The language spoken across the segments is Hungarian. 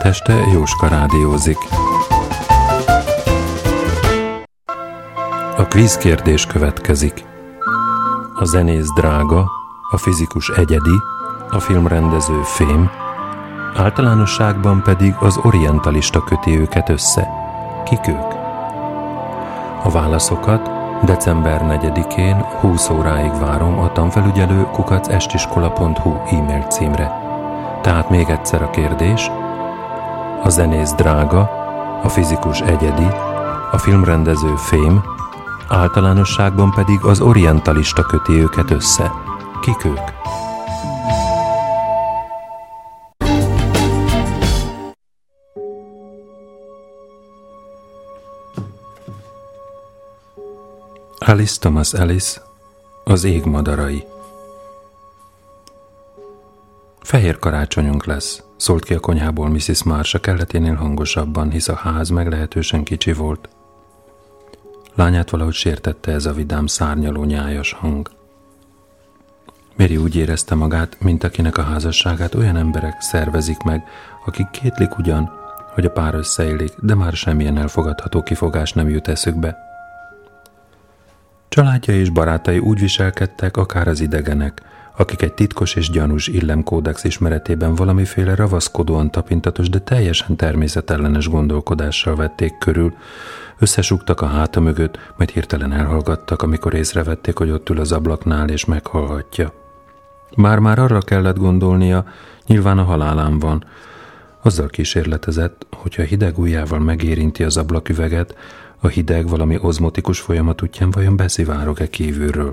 Este Jóska rádiózik. A kvízkérdés következik. A zenész drága, a fizikus egyedi, a filmrendező fém, általánosságban pedig az orientalista köti őket össze. Kik ők? A válaszokat december 4-én 20 óráig várom a tanfelügyelő@estiskola.hu e-mail címre. Tehát még egyszer a kérdés: a zenész drága, a fizikus egyedi, a filmrendező fém, általánosságban pedig az orientalista köti őket össze. Kik ők? Alice Thomas Ellis, az ég madarai. Fehér karácsonyunk lesz, szólt ki a konyhából Mrs. Marsh a kelleténél hangosabban, hisz a ház meglehetősen kicsi volt. Lányát valahogy sértette ez a vidám, szárnyaló, nyájas hang. Mary úgy érezte magát, mint akinek a házasságát olyan emberek szervezik meg, akik kétlik ugyan, hogy a pár összeélik, de már semmilyen elfogadható kifogás nem jut eszükbe. Családja és barátai úgy viselkedtek, akár az idegenek, akik egy titkos és gyanús illemkódex ismeretében valamiféle ravaszkodóan tapintatos, de teljesen természetellenes gondolkodással vették körül, összesugtak a háta mögött, majd hirtelen elhallgattak, amikor észrevették, hogy ott ül az ablaknál és meghallhatja. Már arra kellett gondolnia, nyilván a halálán van. Azzal kísérletezett, hogyha hideg ujjával megérinti az ablaküveget, a hideg valami ozmotikus folyamat útján vajon beszivárog-e kívülről.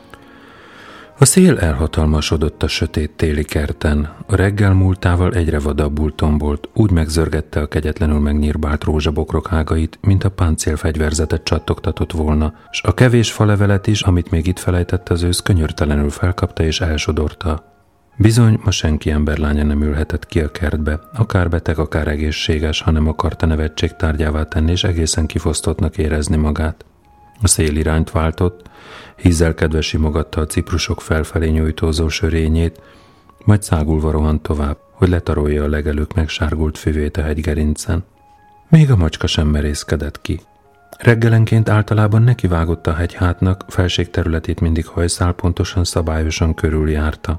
A szél elhatalmasodott a sötét téli kerten, a reggel múltával egyre vadabbul tombolt, úgy megzörgette a kegyetlenül megnyírbált rózsabokrok ágait, mint a páncélfegyverzetet csattogtatott volna, s a kevés falevelet is, amit még itt felejtett az ősz, könyörtelenül felkapta és elsodorta. Bizony, ma senki emberlánya nem ülhetett ki a kertbe, akár beteg, akár egészséges, hanem akarta nevetség tárgyává tenni, és egészen kifosztottnak érezni magát. A szél irányt váltott, hízelkedve simogatta a ciprusok felfelé nyújtózó sörényét, majd szágulva rohant tovább, hogy letarolja a legelők megsárgult füvét a hegygerincen. Még a macska sem merészkedett ki. Reggelenként általában nekivágott a hegyhátnak, felség területét mindig hajszálpontosan, szabályosan körüljárta.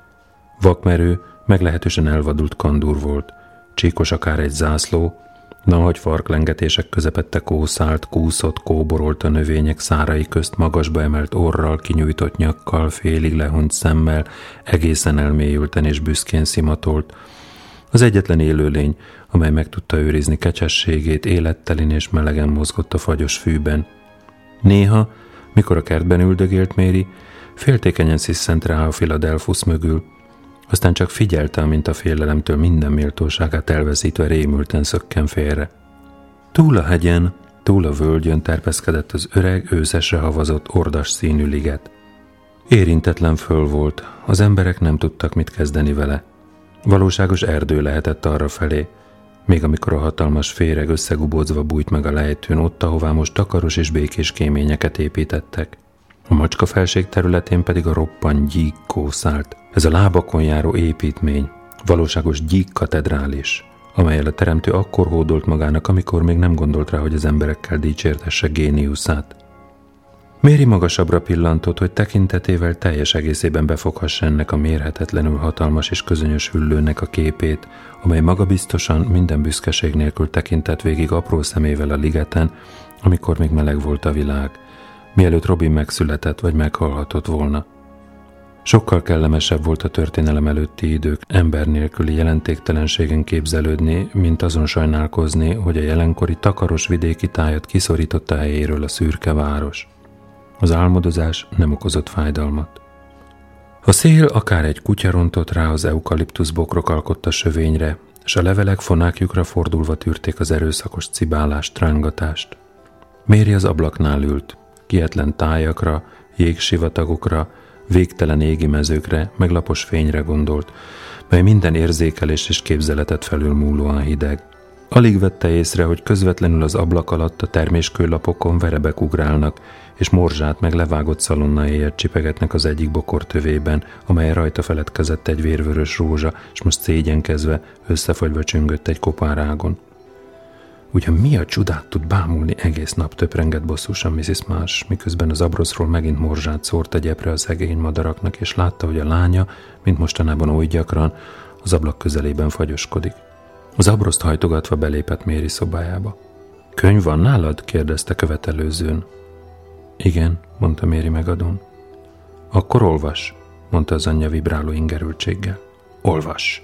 Vakmerő, meglehetősen elvadult kandúr volt, csíkos akár egy zászló, nahagy farklengetések közepette kószált, kúszott, kóborolt a növények szárai közt magasba emelt orral, kinyújtott nyakkal, félig lehunyt szemmel, egészen elmélyülten és büszkén szimatolt. Az egyetlen élőlény, amely meg tudta őrizni kecsességét, élettelin és melegen mozgott a fagyos fűben. Néha, mikor a kertben üldögélt Mary, féltékenyen sziszent rá a Philadelphus mögül, aztán csak figyelte, amint a félelemtől minden méltóságát elveszítve rémülten szökken félre. Túl a hegyen, túl a völgyön terpeszkedett az öreg, őszesre havazott, ordas színű liget. Érintetlen föl volt, az emberek nem tudtak mit kezdeni vele. Valóságos erdő lehetett arrafelé, még amikor a hatalmas féreg összegubózva bújt meg a lejtőn ott, ahová most takaros és békés kéményeket építettek. A macska felség területén pedig a roppant gyík kószált. Ez a lábakon járó építmény, valóságos gyík katedrális, amellyel a teremtő akkor hódolt magának, amikor még nem gondolt rá, hogy az emberekkel dicsértesse géniuszát. Mary magasabbra pillantott, hogy tekintetével teljes egészében befoghassa ennek a mérhetetlenül hatalmas és közönyös hüllőnek a képét, amely magabiztosan, minden büszkeség nélkül tekintett végig apró szemével a ligeten, amikor még meleg volt a világ, mielőtt Robin megszületett vagy meghalhatott volna. Sokkal kellemesebb volt a történelem előtti idők ember nélküli jelentéktelenségen képzelődni, mint azon sajnálkozni, hogy a jelenkori takaros vidéki tájat kiszorította helyéről a szürke város. Az álmodozás nem okozott fájdalmat. A szél akár egy kutya rontott rá az eukaliptuszbokrok alkotta sövényre, és a levelek fonákjukra fordulva tűrték az erőszakos cibálást, rángatást. Mary az ablaknál ült, kietlen tájakra, jégsivatagokra, végtelen égi mezőkre, meg lapos fényre gondolt, mely minden érzékelést és képzeletet felülmúlóan hideg. Alig vette észre, hogy közvetlenül az ablak alatt a terméskőlapokon verebek ugrálnak, és morzsát meg levágott szalonnaéjat csipegetnek az egyik bokor tövében, amelyen rajta feledkezett egy vérvörös rózsa, és most szégyenkezve, összefagyva csüngött egy kopárágon. Ugyan mi a csodát tud bámulni egész nap, töprengett bosszusan Mrs. Marsh, miközben az abroszról megint morzsát szórt a gyepre a szegény madaraknak, és látta, hogy a lánya, mint mostanában oly gyakran, az ablak közelében fagyoskodik. Az abroszt hajtogatva belépett Mary szobájába. Könyv van nálad? kérdezte követelőzőn. Igen, mondta Mary megadón. Akkor olvas, mondta az anyja vibráló ingerültséggel. Olvas!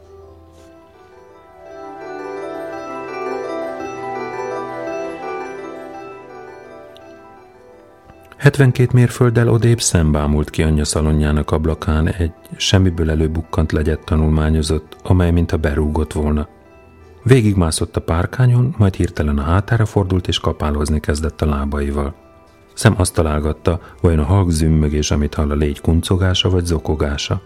Hetvenkét mérfölddel odébb szembámult ki anyja szalonjának ablakán egy semmiből előbukkant legyet tanulmányozott, amely mintha berúgott volna. Végigmászott a párkányon, majd hirtelen a hátára fordult és kapálózni kezdett a lábaival. Sam azt találgatta, vajon a halk zümmögés, amit hall, a légy kuncogása vagy zokogása.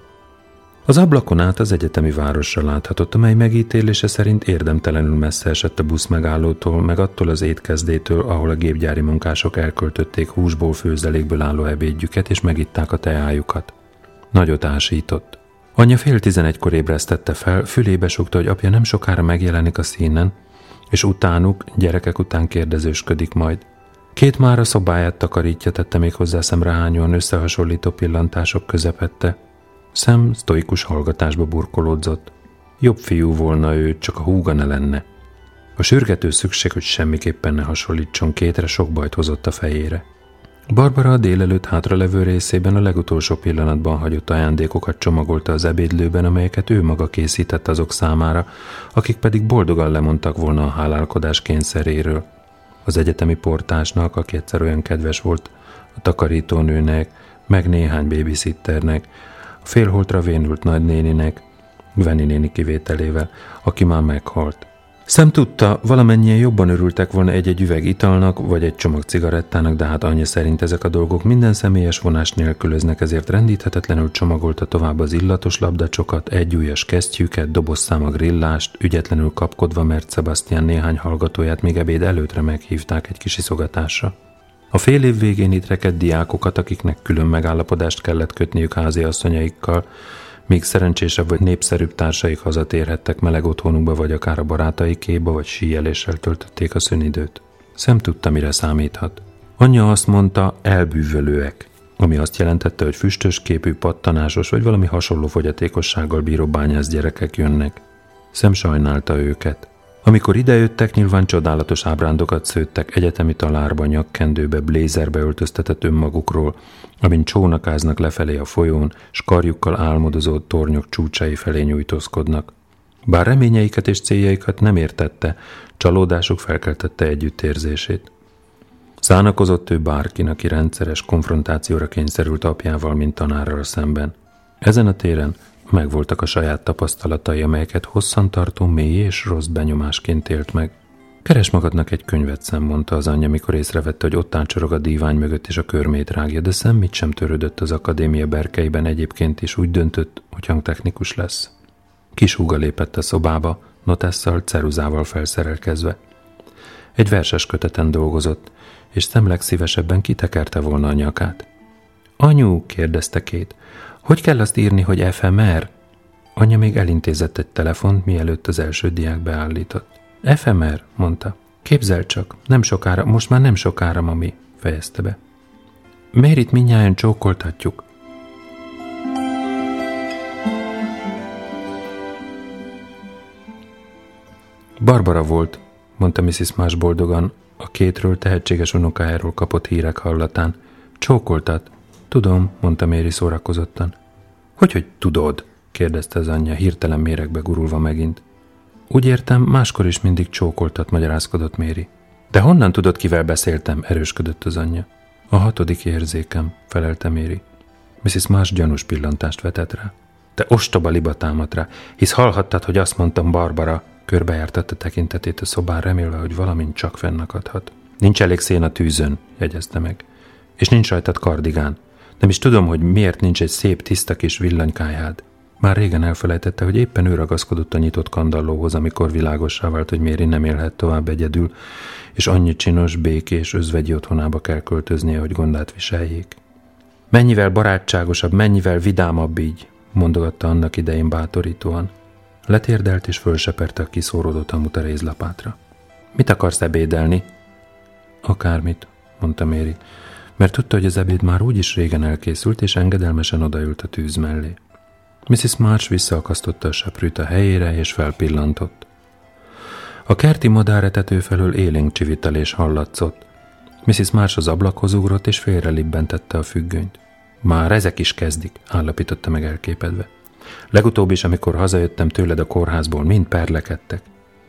Az ablakon át az egyetemi városra láthatott, amely megítélése szerint érdemtelenül messze esett a busz megállótól, meg attól az étkezdétől, ahol a gépgyári munkások elköltötték húsból, főzelékből álló ebédjüket, és megitták a teájukat. Nagyot ásított. Anyja 10:30-kor ébresztette fel, fülébe sugta, hogy apja nem sokára megjelenik a színen, és utánuk, gyerekek után kérdezősködik majd. Két mára szobáját takarítja, tette még hozzá szemrehányóan összehasonlító pillantások közepette. Sam sztoikus hallgatásba burkolódzott. Jobb fiú volna ő, csak a húga ne lenne. A sürgető szükség, hogy semmiképpen ne hasonlítson kétre, sok bajt hozott a fejére. Barbara a délelőtt hátralevő részében a legutolsó pillanatban hagyott ajándékokat csomagolta az ebédlőben, amelyeket ő maga készített azok számára, akik pedig boldogan lemondtak volna a hálálkodás kényszeréről. Az egyetemi portásnak, aki egyszer olyan kedves volt, a takarítónőnek, meg néhány babysitternek, a félholtra vénült nagynéninek, Gwenny néni kivételével, aki már meghalt. Sam tudta, valamennyien jobban örültek volna egy-egy üveg italnak, vagy egy csomag cigarettának, de hát anyja szerint ezek a dolgok minden személyes vonást nélkülöznek, ezért rendíthetetlenül csomagolta tovább az illatos labdacsokat, egyújas kesztyűket, dobozszáma grillást, ügyetlenül kapkodva, mert Sebastian néhány hallgatóját még ebéd előttre meghívták egy kis iszogatásra. A fél év végén itt rekedt diákokat, akiknek külön megállapodást kellett kötniük háziasszonyaikkal, míg szerencsésebb vagy népszerűbb társaik hazatérhettek meleg otthonukba, vagy akár a barátaikéba, vagy síjeléssel töltötték a szünidőt. Sam tudta, mire számíthat. Anyja azt mondta, elbűvölőek, ami azt jelentette, hogy füstös képű, pattanásos, vagy valami hasonló fogyatékossággal bíró bányász gyerekek jönnek. Sam sajnálta őket. Amikor idejöttek, nyilván csodálatos ábrándokat szőttek egyetemi talárba, nyakkendőbe, blézerbe öltöztetett önmagukról, amint csónakáznak lefelé a folyón, s karjukkal álmodozó tornyok csúcsai felé nyújtózkodnak. Bár reményeiket és céljaikat nem értette, csalódásuk felkeltette együttérzését. Szánakozott ő bárkin, aki rendszeres konfrontációra kényszerült apjával, mint tanárral szemben. Ezen a téren megvoltak a saját tapasztalatai, amelyeket hosszantartó, mély és rossz benyomásként élt meg. Keres magadnak egy könyvet, Sam, mondta az anyja, mikor észrevette, hogy ott ácsorog a dívány mögött és a körmét rágja, de semmit sem törődött az akadémia berkeiben, egyébként is úgy döntött, hogy hangtechnikus lesz. Kis húga lépett a szobába, notesszal, ceruzával felszerelkezve. Egy verses köteten dolgozott, és Sam legszívesebben kitekerte volna a nyakát. Anyu, kérdezte Kate, hogy kell azt írni, hogy efemer? Anya még elintézett egy telefont, mielőtt az első diák beállított. Efemer, mondta. Képzeld csak, nem sokára, most már nem sokára, mami, fejezte be. Maryt mindnyájan csókoltatjuk. Barbara volt, mondta Mrs. Marsh boldogan, a Kate-ről, tehetséges unokájáról kapott hírek hallatán. Csókoltat. Tudom, mondta Mary szórakozottan. Hogy tudod? Kérdezte az anyja, hirtelen méregbe gurulva megint. Úgy értem, máskor is mindig csókoltat, magyarázkodott Mary. De honnan tudod, kivel beszéltem? Erősködött az anyja. A 6. érzékem, felelte Mary. Mrs. Marsh gyanús pillantást vetett rá. Te ostoba liba támadt rá, hisz hallhattad, hogy azt mondtam, Barbara. Körbejártatta tekintetét a szobán, remélve, hogy valamint csak fennakadhat. Nincs elég szén a tűzön, jegyezte meg. És nincs rajtad kardigán. Nem is tudom, hogy miért nincs egy szép, tiszta kis villanykályhád. Már régen elfelejtette, hogy éppen ő ragaszkodott a nyitott kandallóhoz, amikor világossá vált, hogy Mary nem élhet tovább egyedül, és annyi csinos, békés, özvegyi otthonába kell költöznie, hogy gondát viseljék. Mennyivel barátságosabb, mennyivel vidámabb így, mondogatta annak idején bátorítóan. Letérdelt és fölseperte a kiszóródott hamuta rézlapátra. Mit akarsz ebédelni? Akármit, mondta Mary, mert tudta, hogy az ebéd már úgyis régen elkészült, és engedelmesen odaült a tűz mellé. Mrs. March visszaakasztotta a seprűt a helyére, és felpillantott. A kerti madáretető felől élénk csivitelés hallatszott. Mrs. March az ablakhoz ugrott, és félrelibbentette a függönyt. Már ezek is kezdik, állapította meg elképedve. Legutóbb is, amikor hazajöttem tőled a kórházból, mind perlekedtek.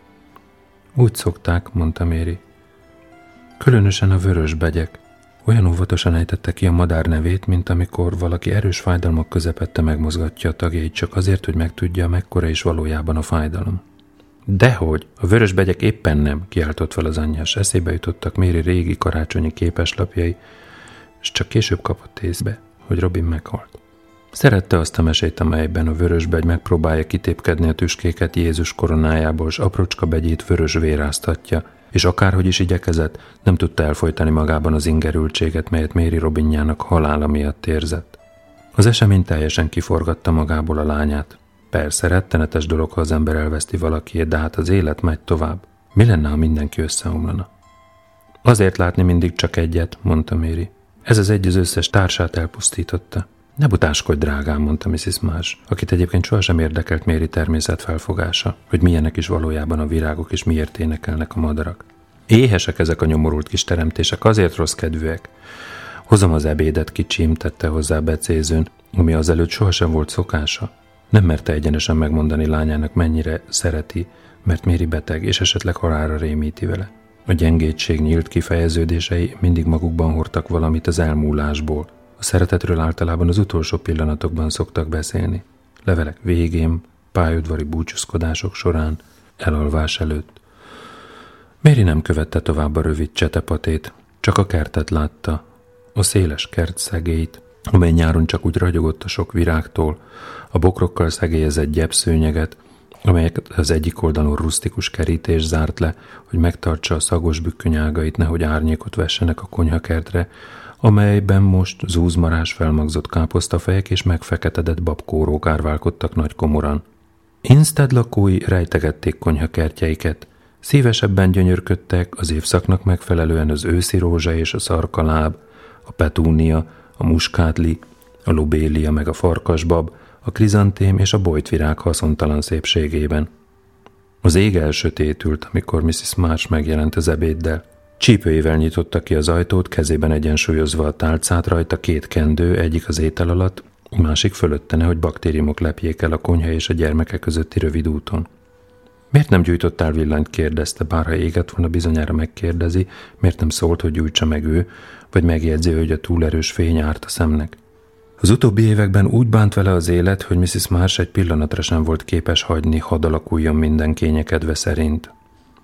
Úgy szokták, mondta Mary. Különösen a vörösbegyek. Olyan óvatosan ejtette ki a madár nevét, mint amikor valaki erős fájdalmak közepette megmozgatja a tagjait csak azért, hogy megtudja, mekkora is valójában a fájdalom. Dehogy, a vörösbegyek éppen nem, kiáltott fel az anyjás. Eszébe jutottak Mary régi karácsonyi képeslapjai, és csak később kapott észbe, hogy Robin meghalt. Szerette azt a mesét, amelyben a vörösbegy megpróbálja kitépkedni a tüskéket Jézus koronájából, és aprócska begyét vörös vér áztatja, és akárhogy is igyekezett, nem tudta elfojtani magában az ingerültséget, melyet Mary Robinjának halála miatt érzett. Az esemény teljesen kiforgatta magából a lányát. Persze, rettenetes dolog, ha az ember elveszti valakiét, de hát az élet megy tovább. Mi lenne, ha mindenki összeomlana? Azért látni mindig csak egyet, mondta Mary. Ez az egy az összes társát elpusztította. Ne butáskodj, drágám, mondta Mrs. March, akit egyébként sohasem érdekelt Mary természetfelfogása, hogy milyenek is valójában a virágok és miért énekelnek a madarak. Éhesek ezek a nyomorult kis teremtések, azért rossz kedvűek. Hozom az ebédet, kicsim, tette hozzá becézőn, ami azelőtt sohasem volt szokása. Nem merte egyenesen megmondani lányának, mennyire szereti, mert Mary beteg, és esetleg halálra rémíti vele. A gyengétség nyílt kifejeződései mindig magukban hordtak valamit az elmúlásból. A szeretetről általában az utolsó pillanatokban szoktak beszélni. Levelek végén, pályaudvari búcsúzkodások során, elalvás előtt. Mary nem követte tovább a rövid csetepatét, csak a kertet látta, a széles kert szegélyt, amely nyáron csak úgy ragyogott a sok virágtól, a bokrokkal szegélyezett gyepszőnyeget, amelyeket az egyik oldalon rusztikus kerítés zárt le, hogy megtartsa a szagos bükkönyágait, nehogy árnyékot vessenek a konyhakertre, amelyben most zúzmarás felmagzott káposztafejek és megfeketedett babkórók árválkodtak nagy komoran. Instead lakói rejtegették konyhakertjeiket, szívesebben gyönyörködtek az évszaknak megfelelően az őszi rózsa és a szarkaláb, a petúnia, a muskátli, a lobélia meg a farkasbab, a krizantém és a bojtvirág haszontalan szépségében. Az ég elsötétült, amikor Mrs. March megjelent az ebéddel. Csípőjével nyitotta ki az ajtót, kezében egyensúlyozva a tálcát, rajta két kendő, egyik az étel alatt, másik fölötte, nehogy baktériumok lepjék el a konyha és a gyermekek közötti rövid úton. Miért nem gyújtottál villanyt, kérdezte, bárha égett volna, bizonyára megkérdezi, miért nem szólt, hogy gyújtsa meg ő, vagy megjegyzi, hogy a túlerős fény árt a szemnek. Az utóbbi években úgy bánt vele az élet, hogy Mrs. March egy pillanatra sem volt képes hagyni, hadd alakuljon minden kényekedve szerint.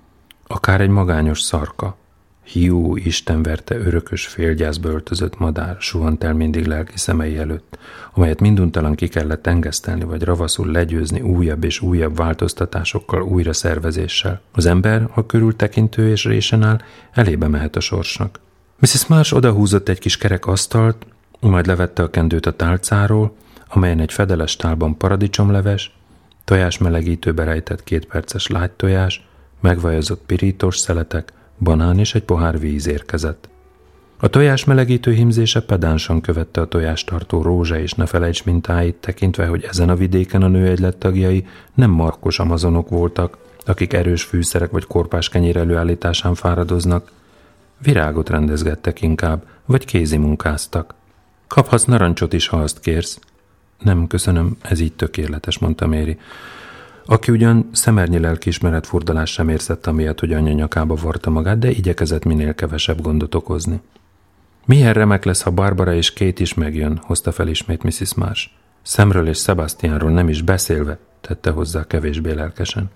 Akár egy magányos szarka. Hiú, istenverte, örökös félgyászba öltözött madár suhant el mindig lelki szemei előtt, amelyet minduntalan ki kellett engesztelni, vagy ravaszul legyőzni újabb és újabb változtatásokkal, újra szervezéssel. Az ember, ha körültekintő és résen áll, elébe mehet a sorsnak. Mrs. March odahúzott egy kis kerek asztalt, majd levette a kendőt a tálcáról, amelyen egy fedeles tálban paradicsomleves, tojásmelegítőbe rejtett 2 perces lágytojás, megvajazott pirítós szeletek, banán és egy pohár víz érkezett. A tojás melegítő hímzése pedánsan követte a tojástartó rózsa és ne felejts mintáit, tekintve, hogy ezen a vidéken a nőegylet tagjai nem markos amazonok voltak, akik erős fűszerek vagy korpás kenyér előállításán fáradoznak. Virágot rendezgettek inkább, vagy kézimunkáztak. Kaphatsz narancsot is, ha azt kérsz. Nem, köszönöm, ez így tökéletes, mondta Mary, aki ugyan szemernyi lelkiismeret furdalás sem érzett amiatt, hogy anyja nyakába varta magát, de igyekezett minél kevesebb gondot okozni. Milyen remek lesz, ha Barbara és Kate is megjön, hozta fel ismét Mrs. March. Samről és Sebastianról nem is beszélve, tette hozzá kevésbé lelkesen.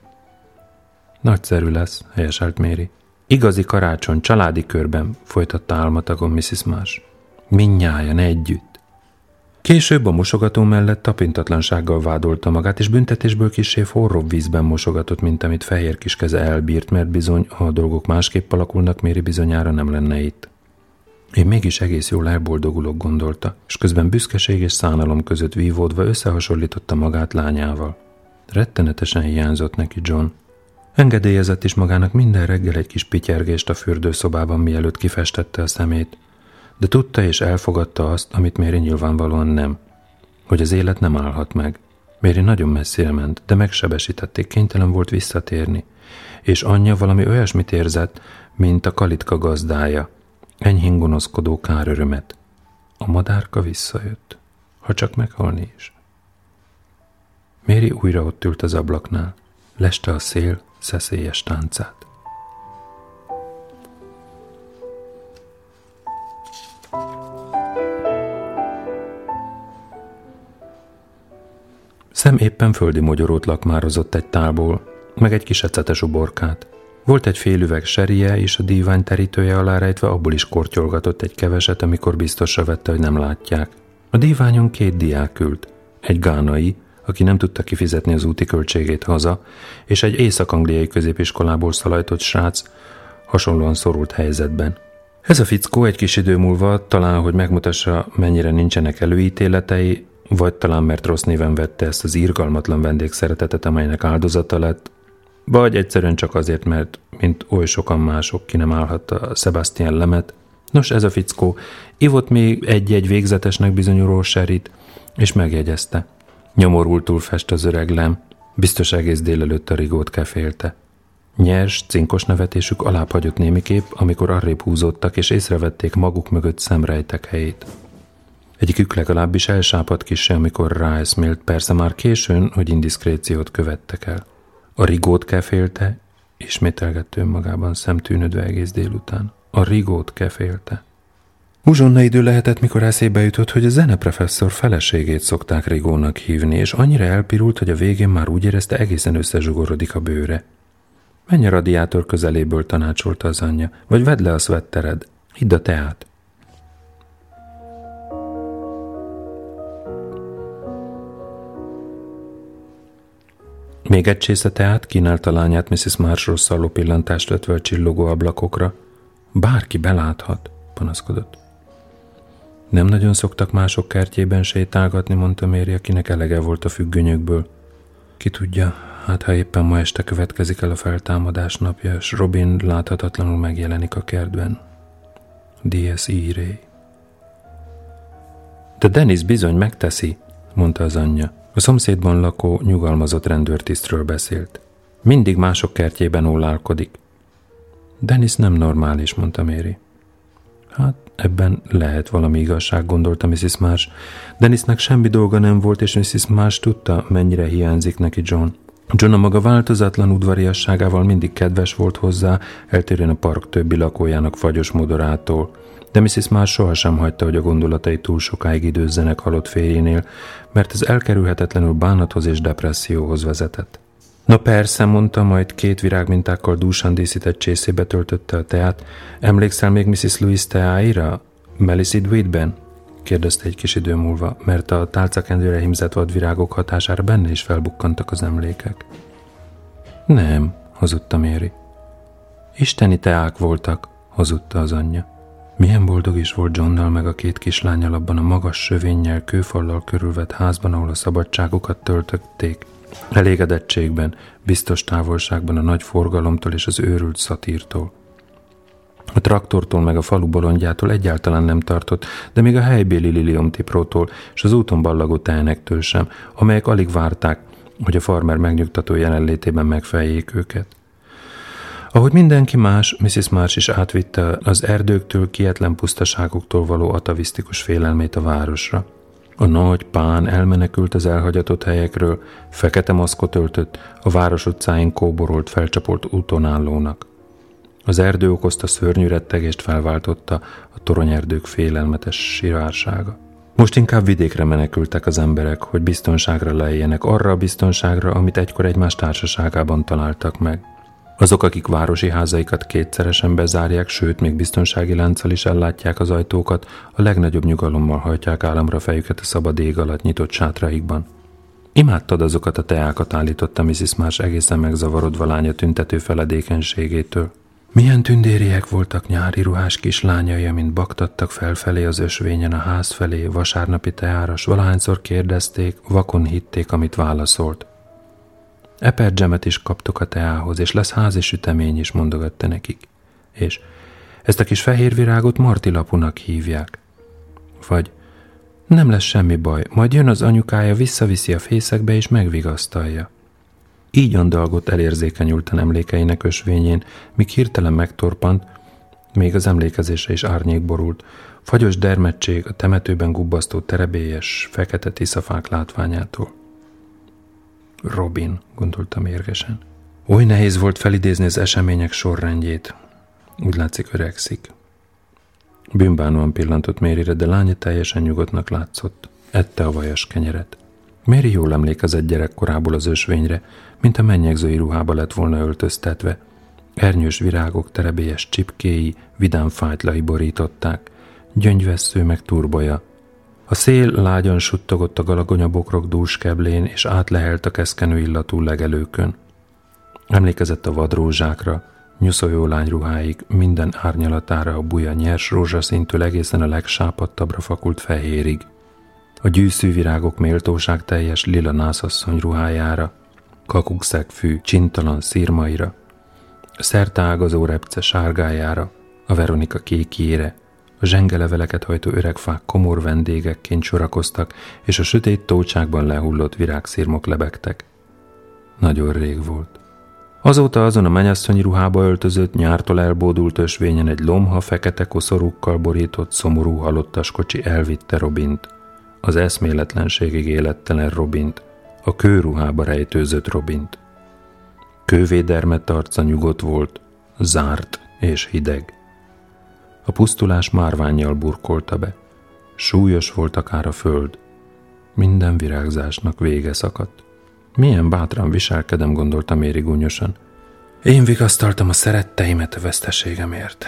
Nagyszerű lesz, helyeselt Mary. Igazi karácsony, családi körben, folytatta álmatagon Mrs. March. Mindnyájan együtt. Később a mosogató mellett tapintatlansággal vádolta magát, és büntetésből kissé forróbb vízben mosogatott, mint amit fehér kis keze elbírt, mert bizony, ha a dolgok másképp alakulnak, Mary bizonyára nem lenne itt. Én mégis egész jól elboldogulok, gondolta, és közben büszkeség és szánalom között vívódva összehasonlította magát lányával. Rettenetesen hiányzott neki John. Engedélyezett is magának minden reggel egy kis pityergést a fürdőszobában, mielőtt kifestette a szemét, de tudta és elfogadta azt, amit Mary nyilvánvalóan nem, hogy az élet nem állhat meg. Mary nagyon messzire ment, de megsebesítették, kénytelen volt visszatérni, és anyja valami olyasmit érzett, mint a kalitka gazdája, enyhén gonoszkodó kárörömet. A madárka visszajött, ha csak meghalni is. Mary újra ott ült az ablaknál, leste a szél szeszélyes táncát. Sam éppen földi mogyorót lakmározott egy tálból, meg egy kis ecetes uborkát. Volt egy fél üveg serije, és a dívány terítője alá rejtve abból is kortyolgatott egy keveset, amikor biztosra vette, hogy nem látják. A díványon 2 diák ült, egy gánai, aki nem tudta kifizetni az úti költségét haza, és egy észak-angliai középiskolából szalajtott srác, hasonlóan szorult helyzetben. Ez a fickó egy kis idő múlva, talán, hogy megmutassa, mennyire nincsenek előítéletei, vagy talán mert rossz néven vette ezt az irgalmatlan vendégszeretetet, amelynek áldozata lett, vagy egyszerűen csak azért, mert mint oly sokan mások ki nem állhatta Sebastian Lemet. Nos, ez a fickó ivott még egy-egy végzetesnek bizonyuló serit, és megjegyezte. Nyomorultul fest az öreg Lem, biztos egész délelőtt a rigót kefélte. Nyers, cinkos nevetésük alább hagyott némiképp, amikor arrébb húzódtak, és észrevették maguk mögött szemrejtek helyét. Egyikük legalábbis elsápadt kissé, amikor ráeszmélt, persze már későn, hogy indiszkréciót követtek el. A rigót kefélte, ismételgett önmagában szemtűnödve egész délután. A rigót kefélte. Uzsonna idő lehetett, mikor eszébe jutott, hogy a zeneprofesszor feleségét szokták rigónak hívni, és annyira elpirult, hogy a végén már úgy érezte, egészen összezsugorodik a bőre. Menj a radiátor közeléből, tanácsolta az anyja, vagy vedd le a szvettered, hidd a teát. Még egy csésze teát, kínálta a lányát Mrs. Marsh rosszalló pillantást vetve a csillogó ablakokra. Bárki beláthat, panaszkodott. Nem nagyon szoktak mások kertjében sétálgatni, mondta Mary, akinek elege volt a függönyökből. Ki tudja, hát ha éppen ma este következik el a feltámadás napja, és Robin láthatatlanul megjelenik a kertben. D.S. Íré. De Dennis bizony megteszi, mondta az anyja. A szomszédban lakó, nyugalmazott rendőrtisztről beszélt. Mindig mások kertjében ólálkodik. Dennis nem normális, mondta Mary. Hát ebben lehet valami igazság, gondolta Mrs. Marsh. Dennisnek semmi dolga nem volt, és Mrs. Marsh tudta, mennyire hiányzik neki John. John a maga változatlan udvariasságával mindig kedves volt hozzá, eltérően a park többi lakójának fagyos modorától. De Mrs. Marsh sohasem hagyta, hogy a gondolatai túl sokáig időzzenek halott férjénél, mert ez elkerülhetetlenül bánathoz és depresszióhoz vezetett. Na persze, mondta, majd 2 virágmintákkal dúsan díszített csészébe töltötte a teát. Emlékszel még Mrs. Lewis teáira? Melisydweedben? Kérdezte egy kis idő múlva, mert a tálcakendőre hímzett vadvirágok hatására benne is felbukkantak az emlékek. Nem, hazudta Mary. Isteni teák voltak, hazudta az anyja. Milyen boldog is volt Johnnal meg a 2 kislánnyal abban a magas sövénnyel, kőfallal körülvett házban, ahol a szabadságukat töltötték. Elégedettségben, biztos távolságban a nagy forgalomtól és az őrült szatírtól. A traktortól meg a falu bolondjától egyáltalán nem tartott, de még a helybéli liliomtiprótól és az úton ballagó tehenektől sem, amelyek alig várták, hogy a farmer megnyugtató jelenlétében megfejjék őket. Ahogy mindenki más, Mrs. Marsh is átvitte az erdőktől, kietlen pusztaságoktól való atavisztikus félelmét a városra. A nagy pán elmenekült az elhagyatott helyekről, fekete maszkot öltött, a város utcáin kóborolt, felcsapolt útonállónak. Az erdő okozta szörnyű rettegést felváltotta a toronyerdők félelmetes sirársága. Most inkább vidékre menekültek az emberek, hogy biztonságra lejjenek, arra a biztonságra, amit egykor egymás társaságában találtak meg. Azok, akik városi házaikat kétszeresen bezárják, sőt, még biztonsági lánccal is ellátják az ajtókat, a legnagyobb nyugalommal hajtják államra fejüket a szabad ég alatt nyitott sátraikban. Imádtad azokat a teákat, állította Mrs. Marsh egészen megzavarodva lánya tüntető feledékenységétől. Milyen tündériek voltak nyári ruhás kislányai, amint baktattak felfelé az ösvényen a ház felé, vasárnapi teára, s valahányszor kérdezték, vakon hitték, amit válaszolt. Eperdzsemet is kaptok a teához, és lesz házi sütemény is, mondogatta nekik. És ezt a kis fehér virágot martilapunak hívják. Vagy nem lesz semmi baj, majd jön az anyukája, visszaviszi a fészekbe és megvigasztalja. Így andalgott elérzékenyülten emlékeinek ösvényén, míg hirtelen megtorpant, még az emlékezésre is árnyék borult, fagyos dermedtség a temetőben gubbasztó terebélyes, fekete tiszafák látványától. Robin, gondolta mérgesen. Oly nehéz volt felidézni az események sorrendjét. Úgy látszik, öregszik. Bűnbánóan pillantott Maryre, de lánya teljesen nyugodtnak látszott. Ette a vajas kenyeret. Mary jól emlékezett gyerekkorából az ösvényre, mint a mennyegzői ruhába lett volna öltöztetve. Ernyős virágok terebélyes csipkéi, vidám fájtlai borították. Gyöngyvessző meg turbaja. A szél lágyan suttogott a galagonyabokrok dúskeblén, és átlehelt a keszkenő illatú legelőkön. Emlékezett a vadrózsákra, nyuszolyó lányruháig, minden árnyalatára, a buja nyers rózsaszintől egészen a legsápadtabbra fakult fehérig. A gyűszű virágok méltóság teljes lila nászasszony ruhájára, kakukszegfű, csintalan szirmaira, a szerteágazó repce sárgájára, a Veronika kékjére, a zsengeleveleket hajtó öregfák komor vendégekként sorakoztak, és a sötét tócsákban lehullott virágszirmok lebegtek. Nagyon rég volt. Azóta azon a mennyasszonyi ruhába öltözött, nyártól elbódult ösvényen egy lomha fekete koszorúkkal borított, szomorú halottas kocsi elvitte Robint. Az eszméletlenségig élettelen Robint, a kőruhába rejtőzött Robint. Kővédermett arca nyugodt volt, zárt és hideg. A pusztulás márvánnyal burkolta be. Súlyos volt akár a föld. Minden virágzásnak vége szakadt. Milyen bátran viselkedem, gondolta Mary gúnyosan. Én vigasztaltam a szeretteimet a veszteségemért.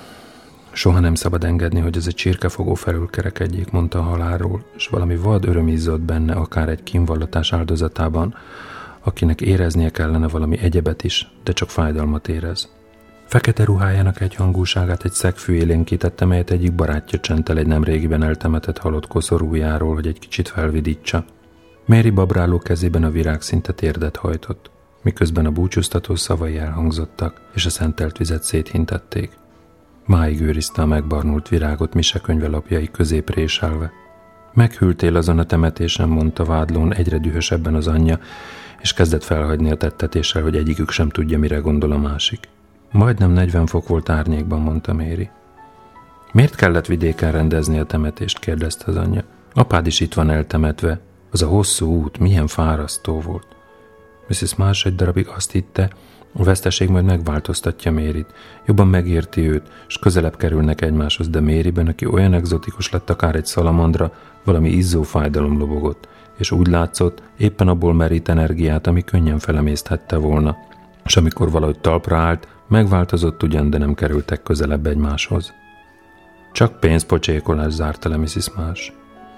Soha nem szabad engedni, hogy ez a csirkefogó felülkerekedjék, mondta a halálról, és valami vad öröm izzott benne, akár egy kínvallatás áldozatában, akinek éreznie kellene valami egyebet is, de csak fájdalmat érez. Fekete ruhájának egyhangúságát egy szegfű élénkítette, melyet egyik barátja csentel egy nemrégiben eltemetett halott koszorújáról, hogy egy kicsit felvidítsa. Mary babráló kezében a virág szinte térdet hajtott, miközben a búcsúztató szavai elhangzottak, és a szentelt vizet széthintették. Máig őrizte a megbarnult virágot Mise könyvelapjai közé préselve. Meghűltél azon a temetésen, mondta vádlón egyre dühösebben az anyja, és kezdett felhagyni a tettetéssel, hogy egyikük sem tudja, mire gondol a másik. Majdnem 40 fok volt árnyékban, mondta Mary. Miért kellett vidéken rendezni a temetést, kérdezte az anyja. Apád is itt van eltemetve. Az a hosszú út milyen fárasztó volt. Mrs. Marsh egy darabig azt hitte, a veszteség majd megváltoztatja Maryt. Jobban megérti őt, s közelebb kerülnek egymáshoz, de Maryben, aki olyan egzotikus lett akár egy szalamandra, valami izzó fájdalom lobogott, és úgy látszott, éppen abból merít energiát, ami könnyen felemészthette volna. És amikor valahogy talpra állt, megváltozott ugyan, de nem kerültek közelebb egymáshoz. Csak pénzpocsékolás, zárta le Mrs. Marsh.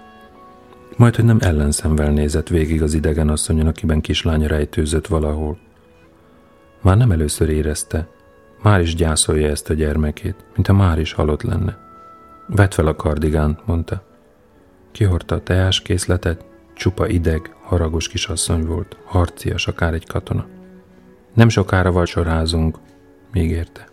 Majd, hogy nem ellenszemvel nézett végig az idegen asszonyon, akiben kislánya rejtőzött valahol. Már nem először érezte, már is gyászolja ezt a gyermekét, mintha már is halott lenne. Vedd fel a kardigánt, mondta. Kihordta a teáskészletet, csupa ideg, haragos kisasszony volt, harcias, akár egy katona. Nem sokára vacsorázunk, ígérte.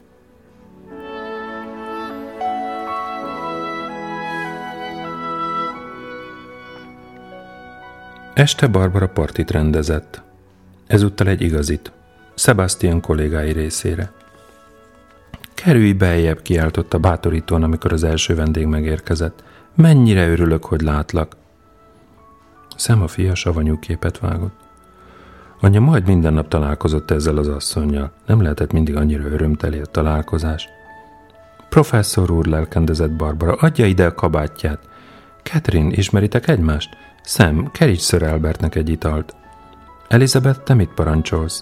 Este Barbara partit rendezett. Ezúttal egy igazit, Sebastian kollégái részére. Kerülj beljebb, kiáltotta bátorítóan, amikor az első vendég megérkezett. Mennyire örülök, hogy látlak. Sam a fia savanyú képet vágott. Anyja majd minden nap találkozott ezzel az asszonnyal. Nem lehetett mindig annyira örömteli a találkozás. Professzor úr, lelkendezett Barbara, adja ide a kabátját. Catherine, ismeritek egymást? Sam, keríts Sir Albertnek egy italt. Elizabeth, te mit parancsolsz?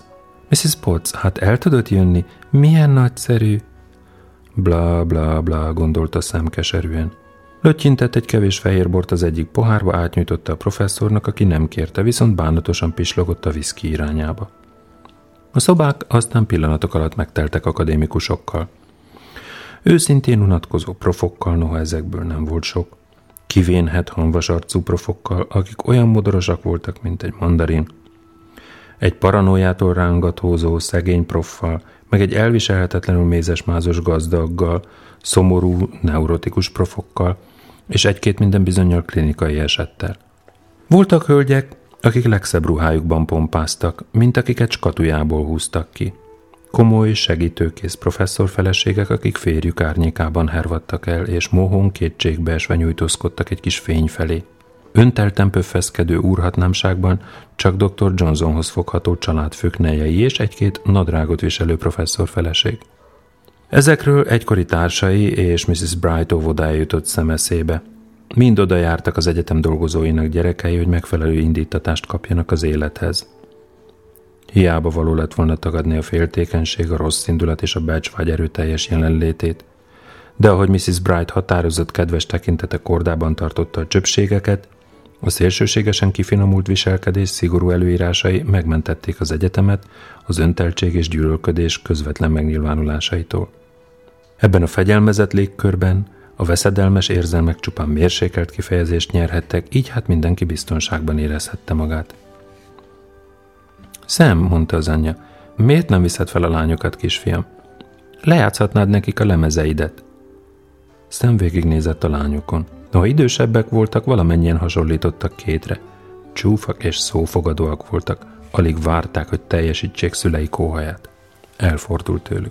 Mrs. Potts, hát el tudod jönni? Milyen nagyszerű! Bla, bla, bla, gondolta Sam keserűen. Löttyintett egy kevés fehérbort az egyik pohárba, átnyújtotta a professzornak, aki nem kérte, viszont bánatosan pislogott a viszki irányába. A szobák aztán pillanatok alatt megteltek akadémikusokkal. Őszintén unatkozó profokkal, noha ezekből nem volt sok. Kivénhet hanvas arcú profokkal, akik olyan modorosak voltak, mint egy mandarin. Egy paranoiától rángatózó szegény proffal, meg egy elviselhetetlenül mézesmázos gazdaggal, szomorú, neurotikus profokkal, és egy-két minden bizonnyal klinikai esettel. Voltak hölgyek, akik legszebb ruhájukban pompáztak, mint akiket skatujából húztak ki. Komoly, segítőkész professzorfeleségek, akik férjük árnyékában hervadtak el, és mohón kétségbeesve nyújtózkodtak egy kis fény felé. Öntelten pöffeszkedő úrhatnámságban csak dr. Johnsonhoz fogható családfők nejei és egy-két nadrágot viselő professzorfeleség. Ezekről egykori társai és Mrs. Bright óvodája jutott Sam eszébe. Mind oda jártak az egyetem dolgozóinak gyerekei, hogy megfelelő indítatást kapjanak az élethez. Hiába való lett volna tagadni a féltékenység, a rossz indulat és a becsvágy erőteljes jelenlétét, de ahogy Mrs. Bright határozott kedves tekintete kordában tartotta a csöpségeket, a szélsőségesen kifinomult viselkedés szigorú előírásai megmentették az egyetemet az önteltség és gyűlölködés közvetlen megnyilvánulásaitól. Ebben a fegyelmezett légkörben a veszedelmes érzelmek csupán mérsékelt kifejezést nyerhettek, így hát mindenki biztonságban érezhette magát. Sam, mondta az anyja, miért nem viszed fel a lányokat, kisfiam? Lejátszhatnád nekik a lemezeidet. Sam végignézett a lányokon. Noha idősebbek voltak, valamennyien hasonlítottak Kate-re. Csúfak és szófogadóak voltak, alig várták, hogy teljesítsék szülei kóhaját. Elfordult tőlük.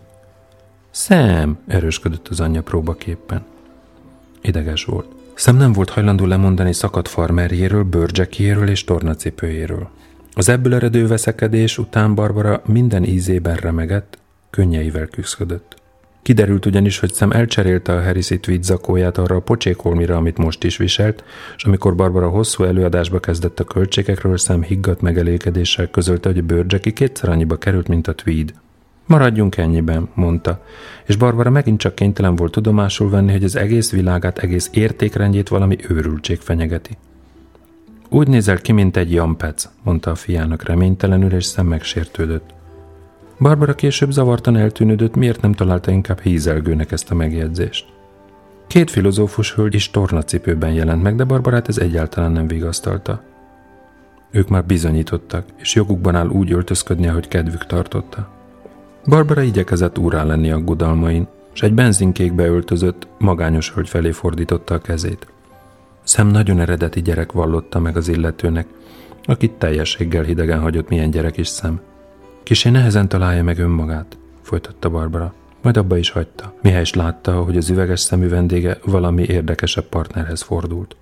Sam, erősködött az anyja próbaképpen. Ideges volt. Sam nem volt hajlandó lemondani szakadt farmerjéről, bőrcsekjéről és tornacipőjéről. Az ebből eredő veszekedés után Barbara minden ízében remegett, könnyeivel küszködött. Kiderült ugyanis, hogy Sam elcserélte a Harrisi tweed zakóját arra a pocsékolmira, amit most is viselt, és amikor Barbara hosszú előadásba kezdett a költségekről, Sam higgadt megelégedéssel közölte, hogy a bőrcseki kétszer annyiba került, mint a tweed. Maradjunk ennyiben, mondta, és Barbara megint csak kénytelen volt tudomásul venni, hogy az egész világát, egész értékrendjét valami őrültség fenyegeti. Úgy nézel ki, mint egy jampec, mondta a fiának reménytelenül, és Sam megsértődött. Barbara később zavartan eltűnődött, miért nem találta inkább hízelgőnek ezt a megjegyzést. Két filozófus hölgy is tornacipőben jelent meg, de Barbarát ez egyáltalán nem vigasztalta. Ők már bizonyítottak, és jogukban áll úgy öltözködni, ahogy kedvük tartotta. Barbara igyekezett úrrá lenni aggodalmain, és egy benzinkékbe öltözött, magányos hölgy felé fordította a kezét. Sam nagyon eredeti gyerek vallotta meg az illetőnek, akit teljességgel hidegen hagyott milyen gyerek is Sam. Kissé nehezen találja meg önmagát, folytatta Barbara, majd abba is hagyta, mihelyest látta, hogy az üveges szemű vendége valami érdekesebb partnerhez fordult.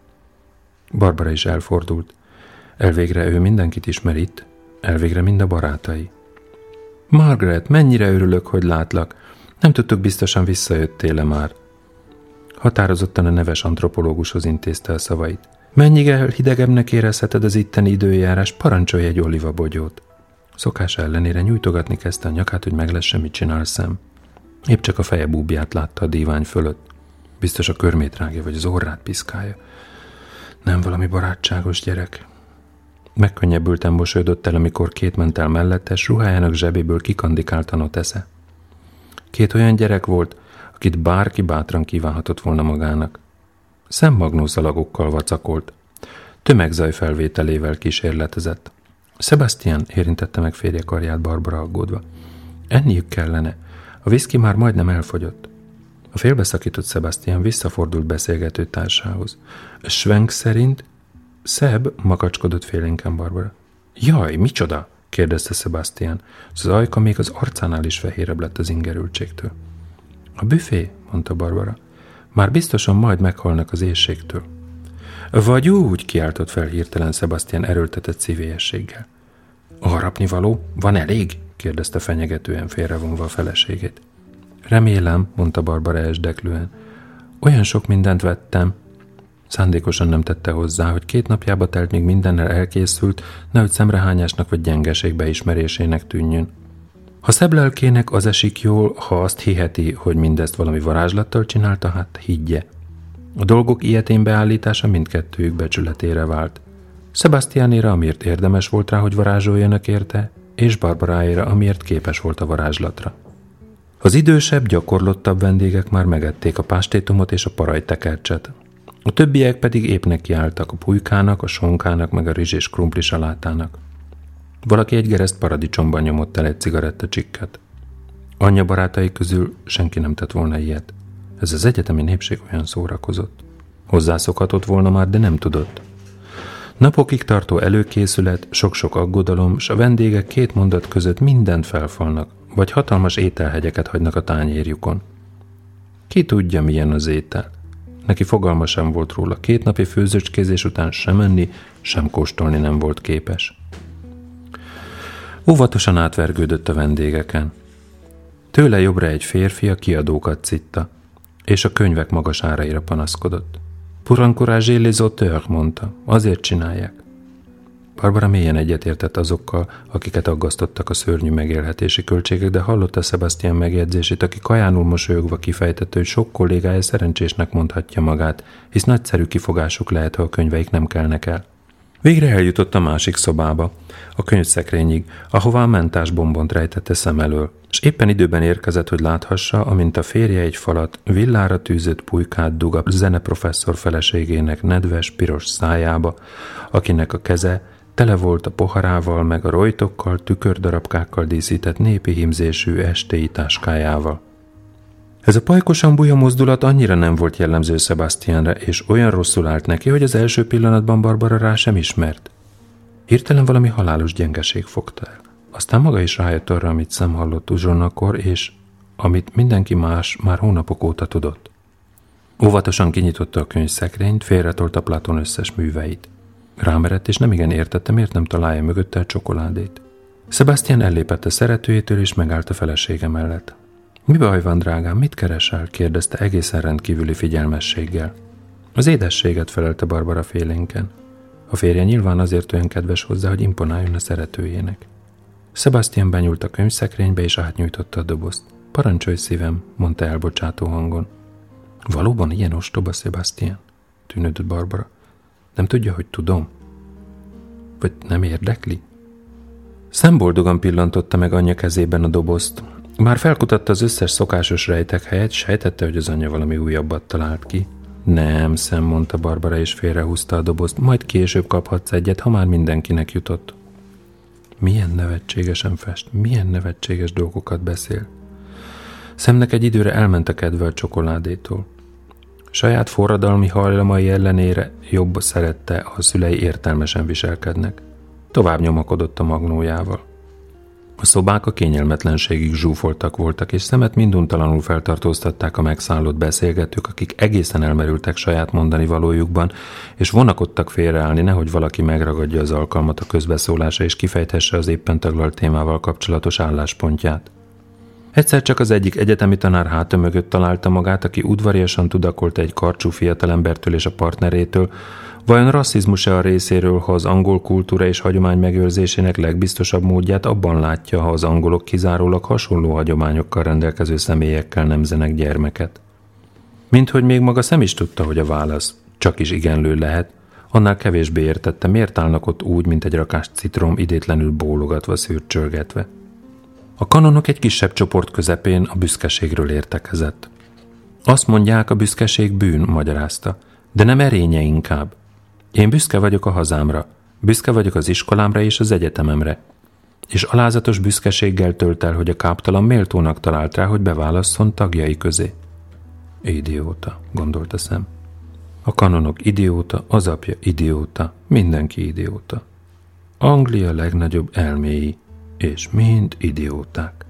Barbara is elfordult. Elvégre ő mindenkit ismer itt, elvégre mind a barátai. Margaret, mennyire örülök, hogy látlak. Nem tudtuk biztosan, visszajöttél-e már. Határozottan a neves antropológushoz intézte a szavait. Mennyire hidegebbnek érezheted az itteni időjárás, parancsolj egy olivabogyót. Szokás ellenére nyújtogatni kezdte a nyakát, hogy meglesse, mit csinál Sam. Épp csak a feje búbját látta a dívány fölött. Biztos a körmét rágja, vagy az orrát piszkálja. Nem valami barátságos gyerek. Megkönnyebbülten mosolyodott el, amikor Kate ment el mellette, s ruhájának zsebéből kikandikált a notesze. Két olyan gyerek volt, akit bárki bátran kívánhatott volna magának. Sam magnószalagokkal vacakolt. Tömegzaj felvételével kísérletezett. Sebastian, érintette meg férje karját Barbara aggódva. Enniük kellene. A viszki már majdnem elfogyott. A félbeszakított Sebastian visszafordult beszélgető társához. A Schwenk szerint... Szebb, makacskodott félénken Barbara. Jaj, micsoda? kérdezte Sebastian. Az ajka még az arcánál is fehérebb lett az ingerültségtől. A büfé, mondta Barbara. Már biztosan majd meghalnak az éhségtől. Vagy úgy, kiáltott fel hirtelen Sebastian erőltetett szívélyességgel. Harapnivaló? Van elég? kérdezte fenyegetően félrevonva a feleségét. Remélem, mondta Barbara esdeklően. Olyan sok mindent vettem. Szándékosan nem tette hozzá, hogy 2 napjába telt, míg mindennel elkészült, nehogy szemrehányásnak vagy gyengeség beismerésének tűnjön. Ha szebb lelkének az esik jól, ha azt hiheti, hogy mindezt valami varázslattal csinálta, hát higgye. A dolgok ilyetén beállítása mindkettőjük becsületére vált. Sebastianéra, amiért érdemes volt rá, hogy varázsoljanak érte, és Barbaráéra, amiért képes volt a varázslatra. Az idősebb, gyakorlottabb vendégek már megették a pástétumot és a parajtekercset. A többiek pedig épp nekiálltak a pulykának, a sonkának, meg a rizs és krumpli salátának. Valaki egy gereszt paradicsomban nyomott el egy cigarettacsikket. Anyja barátai közül senki nem tett volna ilyet. Ez az egyetemi népség olyan szórakozott. Hozzászokhatott volna már, de nem tudott. Napokig tartó előkészület, sok-sok aggodalom, s a vendégek 2 mondat között mindent felfalnak, vagy hatalmas ételhegyeket hagynak a tányérjukon. Ki tudja, milyen az étel? Neki fogalma sem volt róla. 2 napi főzőcskézés után sem enni, sem kóstolni nem volt képes. Óvatosan átvergődött a vendégeken. Tőle jobbra egy férfi a kiadókat citta, és a könyvek magas áraira panaszkodott. Pour encourager les auteurs, mondta, azért csinálják. Barbara mélyen egyetértett azokkal, akiket aggasztottak a szörnyű megélhetési költségek, de hallotta Sebastian megjegyzését, aki kajánul mosolyogva kifejtette, hogy sok kollégája szerencsésnek mondhatja magát, hisz nagyszerű kifogásuk lehet, ha a könyveik nem kelnek el. Végre eljutott a másik szobába, a könyvszekrényig, ahová a mentás bombont rejtette szem elől, és éppen időben érkezett, hogy láthassa, amint a férje egy falat villára tűzött pulykát dug a zeneprofesszor feleségének nedves, piros szájába, akinek a keze tele volt a poharával, meg a rojtokkal, tükördarabkákkal díszített népi hímzésű estéi táskájával. Ez a pajkosan buja mozdulat annyira nem volt jellemző Sebastianre, és olyan rosszul állt neki, hogy az első pillanatban Barbara rá sem ismert. Hirtelen valami halálos gyengeség fogta el. Aztán maga is rájött arra, amit Sam hallott uzsonnakor, és amit mindenki más már hónapok óta tudott. Óvatosan kinyitotta a könyvszekrényt, félretolta Platon összes műveit. Rámerett, és nemigen értette, miért nem találja mögötte a csokoládét. Sebastian ellépett a szeretőjétől, és megállt a felesége mellett. Mi baj van, drágám, mit keresel? Kérdezte egészen rendkívüli figyelmességgel. Az édességet, felelte Barbara félénken. A férje nyilván azért olyan kedves hozzá, hogy imponáljon a szeretőjének. Sebastian benyúlt a könyvszekrénybe, és átnyújtotta a dobozt. Parancsolj, szívem, mondta elbocsátó hangon. Valóban ilyen ostoba, Sebastian? Tűnődött Barbara. Nem tudja, hogy tudom? Vagy nem érdekli? Sam boldogan pillantotta meg anyja kezében a dobozt. Már felkutatta az összes szokásos rejtek helyet, sejtette, hogy az anyja valami újabbat talált ki. Nem, Sam, mondta Barbara, és félrehúzta a dobozt. Majd később kaphatsz egyet, ha már mindenkinek jutott. Milyen nevetségesen fest, milyen nevetséges dolgokat beszél. Samnek egy időre elment a kedve a csokoládétól. Saját forradalmi hajlamai ellenére jobb szerette, ha a szülei értelmesen viselkednek. Tovább nyomakodott a magnójával. A szobák a kényelmetlenségig zsúfoltak voltak, és Samet minduntalanul feltartóztatták a megszállott beszélgetők, akik egészen elmerültek saját mondani valójukban, és vonakodtak félreállni, nehogy valaki megragadja az alkalmat a közbeszólása, és kifejthesse az éppen taglalt témával kapcsolatos álláspontját. Egyszer csak az egyik egyetemi tanár háta mögött találta magát, aki udvariasan tudakolta egy karcsú fiatalembertől és a partnerétől, vajon rasszizmus-e a részéről, ha az angol kultúra és hagyomány megőrzésének legbiztosabb módját abban látja, ha az angolok kizárólag hasonló hagyományokkal rendelkező személyekkel nemzenek gyermeket. Minthogy még maga Sam is tudta, hogy a válasz csak is igenlő lehet, annál kevésbé értette, miért állnak ott úgy, mint egy rakás citrom, idétlenül bólogatva, szürcsölgetve. A kanonok egy kisebb csoport közepén a büszkeségről értekezett. Azt mondják, a büszkeség bűn, magyarázta, de nem erénye inkább. Én büszke vagyok a hazámra, büszke vagyok az iskolámra és az egyetememre, és alázatos büszkeséggel tölt el, hogy a káptalan méltónak talált rá, hogy beválasszon tagjai közé. Idióta, gondolta Sam. A kanonok idióta, az apja idióta, mindenki idióta. Anglia legnagyobb elméi, és mind idióták.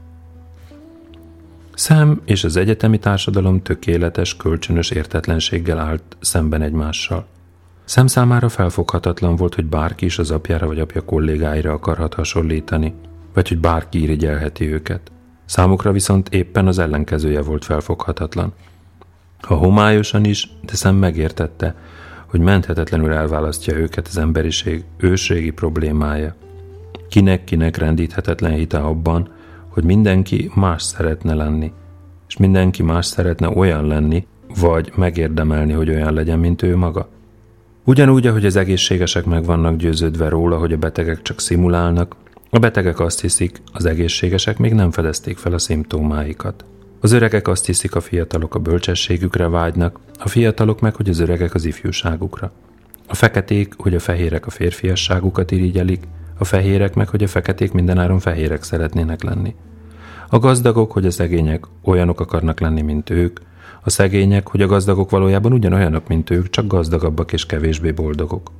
Sam és az egyetemi társadalom tökéletes, kölcsönös értetlenséggel állt szemben egymással. Sam számára felfoghatatlan volt, hogy bárki is az apjára vagy apja kollégáira akarhat hasonlítani, vagy hogy bárki irigyelheti őket. Számukra viszont éppen az ellenkezője volt felfoghatatlan. Ha homályosan is, de Sam megértette, hogy menthetetlenül elválasztja őket az emberiség ősrégi problémája. Kinek rendíthetetlen hite abban, hogy mindenki más szeretne lenni, és mindenki más szeretne olyan lenni, vagy megérdemelni, hogy olyan legyen, mint ő maga. Ugyanúgy, ahogy az egészségesek meg vannak győződve róla, hogy a betegek csak szimulálnak, a betegek azt hiszik, az egészségesek még nem fedezték fel a szimptomáikat. Az öregek azt hiszik, a fiatalok a bölcsességükre vágynak, a fiatalok meg, hogy az öregek az ifjúságukra. A feketék, hogy a fehérek a férfiasságukat irigyelik, a fehérek meg, hogy a feketék mindenáron fehérek szeretnének lenni. A gazdagok, hogy a szegények olyanok akarnak lenni, mint ők, a szegények, hogy a gazdagok valójában ugyanolyanok, mint ők, csak gazdagabbak és kevésbé boldogok.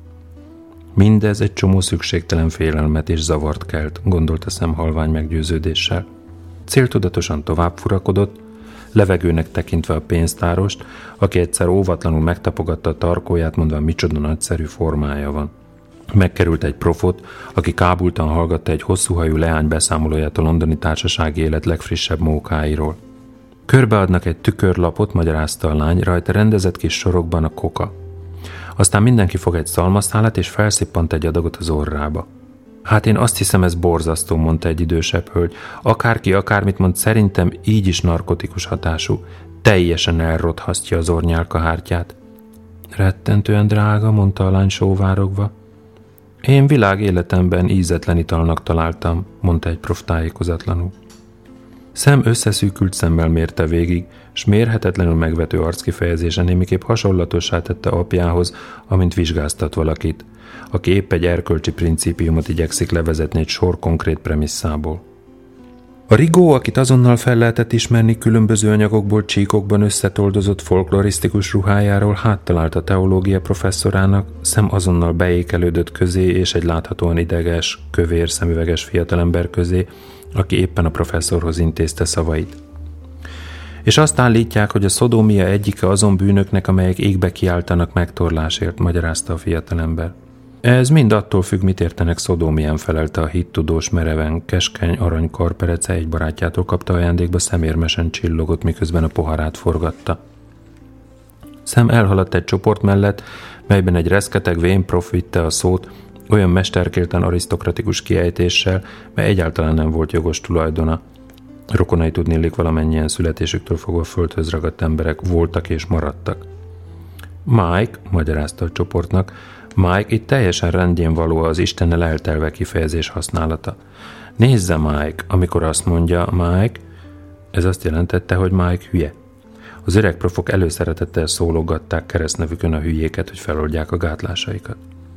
Mindez egy csomó szükségtelen félelmet és zavart kelt, gondolta Sam halvány meggyőződéssel. Céltudatosan tovább furakodott, levegőnek tekintve a pénztárost, aki egyszer óvatlanul megtapogatta a tarkóját, mondva, micsoda nagyszerű formája van. Megkerült egy profot, aki kábultan hallgatta egy hosszúhajú leány beszámolóját a londoni társasági élet legfrissebb mókáiról. Körbeadnak egy tükörlapot, magyarázta a lány, rajta rendezett kis sorokban a koka. Aztán mindenki fog egy szalmaszállat, és felszippant egy adagot az orrába. Hát én azt hiszem, ez borzasztó, mondta egy idősebb hölgy. Akárki akármit mond, szerintem így is narkotikus hatású. Teljesen elrothasztja az orrnyálkahártyát. Rettentően drága, mondta a lány sóvárogva. Én világ életemben ízetlen italnak találtam, mondta egy prof tájékozatlanul. Sam összeszűkült szemmel mérte végig, s mérhetetlenül megvető arckifejezése némiképp hasonlatossá tette apjához, amint vizsgáztat valakit, aki épp egy erkölcsi principiumot igyekszik levezetni egy sor konkrét premisszából. A Rigaud, akit azonnal fel lehetett ismerni különböző anyagokból csíkokban összetoldozott folklorisztikus ruhájáról, háttalált a teológia professzorának, Sam azonnal beékelődött közé és egy láthatóan ideges, kövér szemüveges fiatalember közé, aki éppen a professzorhoz intézte szavait. És azt állítják, hogy a szodómia egyike azon bűnöknek, amelyek égbe kiáltanak megtorlásért, magyarázta a fiatalember. Ez mind attól függ, mit értenek szodómián, felelte a hittudós mereven, keskeny arany karperece, egy barátjától kapta ajándékba, szemérmesen csillogott, miközben a poharát forgatta. Sam elhaladt egy csoport mellett, melyben egy reszketeg vén prof vitte a szót, olyan mesterkélten arisztokratikus kiejtéssel, mely egyáltalán nem volt jogos tulajdona. Rokonai tudnélik valamennyien születésüktől fogva földhöz ragadt emberek voltak és maradtak. Mike, magyarázta a csoportnak, Mike itt teljesen rendjén való az Istennel eltelve kifejezés használata. Nézze, Mike, amikor azt mondja Mike, ez azt jelentette, hogy Mike hülye. Az öreg profok előszeretettel szólogatták keresztnevükön a hülyéket, hogy feloldják a gátlásaikat.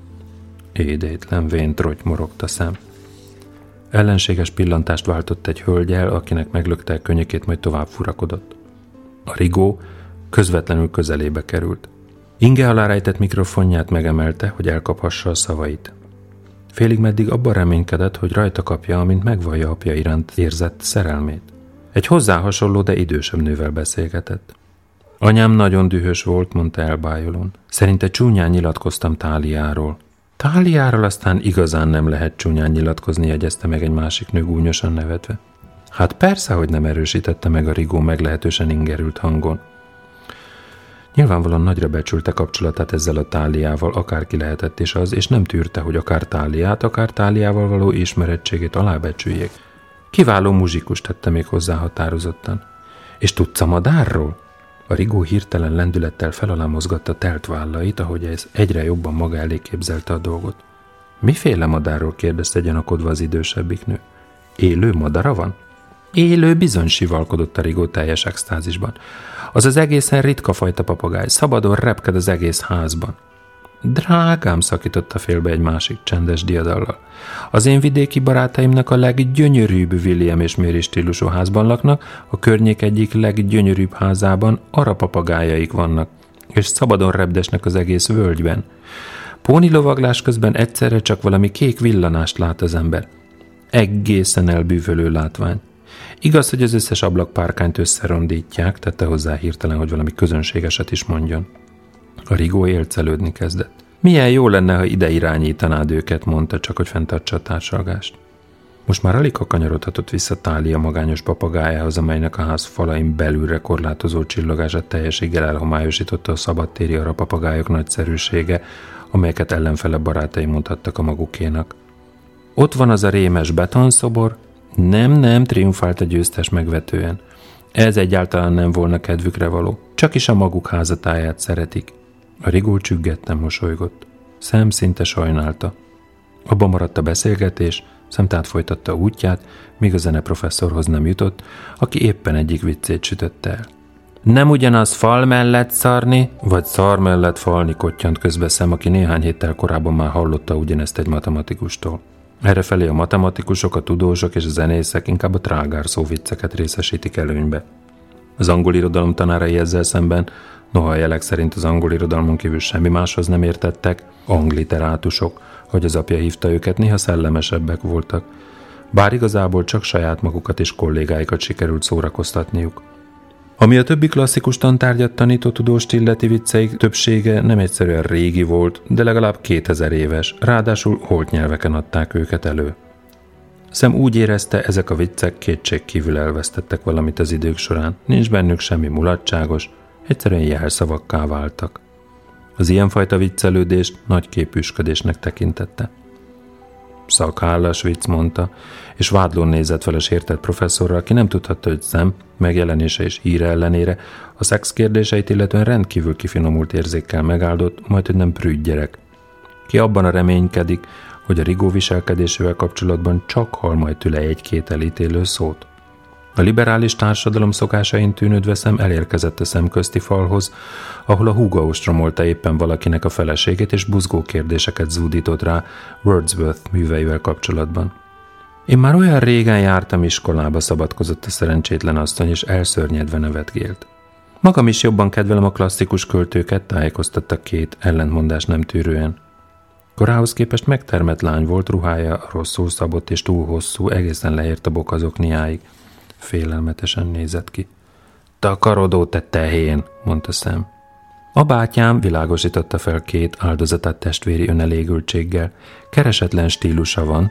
Édétlen vén trotty, morogta Sam. Ellenséges pillantást váltott egy hölgyel, akinek meglökte a könnyekét, majd tovább furakodott. A Rigaud közvetlenül közelébe került. Inge alá rejtett mikrofonját megemelte, hogy elkaphassa a szavait. Félig meddig abban reménykedett, hogy rajta kapja, amint megvallja apja iránt érzett szerelmét. Egy hozzá hasonló, de idősebb nővel beszélgetett. Anyám nagyon dühös volt, mondta elbájolón. Szerinte csúnyán nyilatkoztam Táliáról. Táliáról aztán igazán nem lehet csúnyán nyilatkozni, jegyezte meg egy másik nő gúnyosan nevetve. Hát persze, hogy nem, erősítette meg a Rigaud meglehetősen ingerült hangon. Nyilvánvalóan nagyra becsülte kapcsolatát ezzel a Táliával, akárki lehetett is az, és nem tűrte, hogy akár Táliát, akár Táliával való ismerettségét alábecsüljék. Kiváló muzsikus, tette még hozzá határozottan. És tudsz a madárról? A Rigaud hirtelen lendülettel felalá mozgatta telt vállait, ahogy ez egyre jobban maga elé képzelte a dolgot. Miféle madárról? kérdezte gyanakodva az idősebbik nő. Élő madara van? Élő, bizony, sivalkodott a Rigaud teljes extázisban. Az az egészen ritka fajta papagáj, szabadon repked az egész házban. Drágám, szakította félbe egy másik csendes diadallal. Az én vidéki barátaimnak a leggyönyörűbb William és Mary stílusú házban laknak, a környék egyik leggyönyörűbb házában arapapagájaik vannak, és szabadon repdesnek az egész völgyben. Pónilovaglás közben egyszerre csak valami kék villanást lát az ember. Egészen elbűvölő látvány. Igaz, hogy az összes ablakpárkányt összerondítják, tette hozzá hirtelen, hogy valami közönségeset is mondjon. A Rigaud élcelődni kezdett. Milyen jó lenne, ha ide irányítanád őket, mondta, csak hogy fenntartsa a társalgást. Most már alig kanyarodhatott vissza Tália magányos papagájához, amelynek a ház falain belülre korlátozó csillogását teljességgel elhomályosította a szabadtéri arapapagályok nagyszerűsége, amelyeket ellenfele barátai mondhattak a magukénak. Ott van az a rémes betonszobor? Nem, triumfált a győztes megvetően. Ez egyáltalán nem volna kedvükre való, csak is a maguk házatáját szeretik. A Rigó csüggetten mosolygott. Sam szinte sajnálta. Abba maradt a beszélgetés, Sam tehát folytatta útját, míg a zeneprofesszorhoz nem jutott, aki éppen egyik viccét sütötte el. Nem ugyanaz fal mellett szarni, vagy szar mellett falni, kottyant közbe Sam, aki néhány héttel korábban már hallotta ugyanezt egy matematikustól. Errefelé a matematikusok, a tudósok és a zenészek inkább a trágár szóvicceket részesítik előnybe. Az angol irodalom tanárai ezzel szemben, noha a jelek szerint az angol irodalmon kívül semmi máshoz nem értettek, angliterátusok, hogy az apja hívta őket, néha szellemesebbek voltak, bár igazából csak saját magukat és kollégáikat sikerült szórakoztatniuk. Ami a többi klasszikus tantárgyat tanító tudóst illeti vicceik többsége nem egyszerűen régi volt, de legalább 2000 éves, ráadásul holt nyelveken adták őket elő. Sam úgy érezte, ezek a viccek kétségkívül elvesztettek valamit az idők során, nincs bennük semmi mulatságos, egyszerűen jelszavakká váltak. Az ilyenfajta viccelődést nagy képűsködésnek tekintette. Szakhállas vicc, mondta, és vádlón nézett fel a sértett professzorra, aki nem tudhatta, hogy Sam megjelenése és híre ellenére a szex kérdéseit illetően rendkívül kifinomult érzékkel megáldott, majd hogy nem prűd gyerek. Ki abban a reménykedik, hogy a Rigó viselkedésével kapcsolatban csak hall majd tőle egy-két elítélő szót. A liberális társadalom szokásain tűnődve Sam elérkezett a szemközti falhoz, ahol a húga ostromolta éppen valakinek a feleségét, és buzgó kérdéseket zúdított rá Wordsworth műveivel kapcsolatban. Én már olyan régen jártam iskolába, szabadkozott a szerencsétlen asszony, és elszörnyedve nevetgélt. Magam is jobban kedvelem a klasszikus költőket, tájékoztatta két ellentmondás nem tűrően. Korához képest megtermett lány volt, ruhája rosszul szabott és túl hosszú, egészen leért a bokazokniáig. Félelmetesen nézett ki. Takarodó, te tehén, mondta Sam. A bátyám világosította fel két áldozatát testvéri önelégültséggel. Keresetlen stílusa van.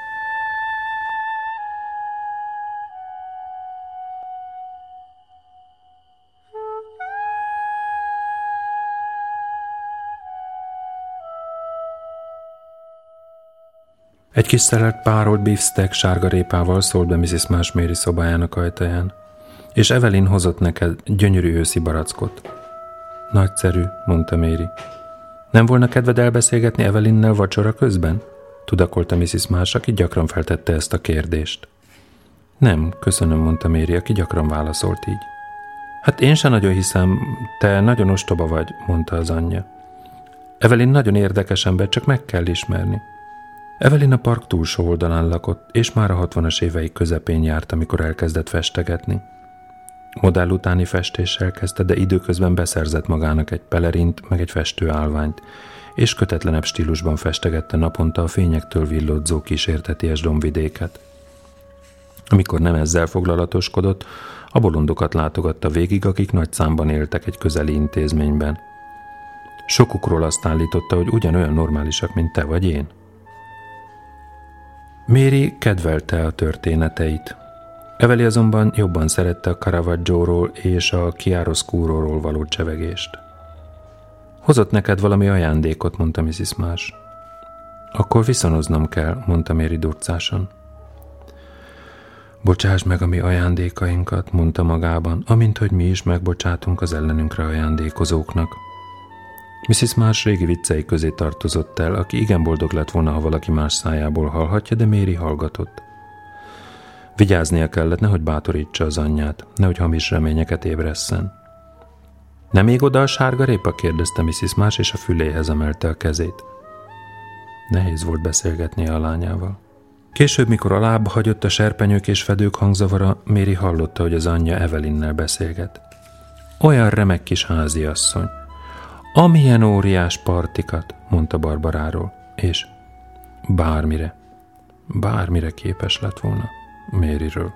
Egy kis szelett párolt beefsteak sárgarépával szólt be Mrs. Marshmary szobájának ajtaján. És Evelyn hozott neked gyönyörű őszi barackot. Nagyszerű, mondta Mary. Nem volna kedved elbeszélgetni Evelynnel vacsora közben? Tudakolta Mrs. Marsh, aki gyakran feltette ezt a kérdést. Nem, köszönöm, mondta Mary, aki gyakran válaszolt így. Hát én sem nagyon hiszem, te nagyon ostoba vagy, mondta az anyja. Evelyn nagyon érdekes ember, csak meg kell ismerni. Evelyn a park túlsó oldalán lakott, és már a 60-as évei közepén járt, amikor elkezdett festegetni. Modell utáni festéssel kezdte, de időközben beszerzett magának egy pelerint, meg egy festőállványt, és kötetlenebb stílusban festegette naponta a fényektől villodzó kísérteties dombvidéket. Amikor nem ezzel foglalatoskodott, a bolondokat látogatta végig, akik nagy számban éltek egy közeli intézményben. Sokukról azt állította, hogy ugyanolyan normálisak, mint te vagy én. Mary kedvelte a történeteit. Eveli azonban jobban szerette a Caravaggio-ról és a chiaroscuro-ról való csevegést. Hozott neked valami ajándékot, mondta Mrs. Marsh. Akkor viszonoznom kell, mondta Mary durcásan. Bocsáss meg a mi ajándékainkat, mondta magában, amint hogy mi is megbocsátunk az ellenünkre ajándékozóknak. Mrs. Marsh régi viccei közé tartozott el, aki igen boldog lett volna, ha valaki más szájából hallhatja, de Mary hallgatott. Vigyáznia kellett, nehogy bátorítsa az anyját, nehogy hamis reményeket ébresszen. Nem ég oda a sárgarépa? Kérdezte Mrs. Marsh, és a füléhez emelte a kezét. Nehéz volt beszélgetnie a lányával. Később, mikor alább hagyott a serpenyők és fedők hangzavara, Mary hallotta, hogy az anyja Evelynnel beszélget. Olyan remek kis háziasszony. Amilyen óriás partikat, mondta Barbaráról, és bármire képes lett volna Maryről.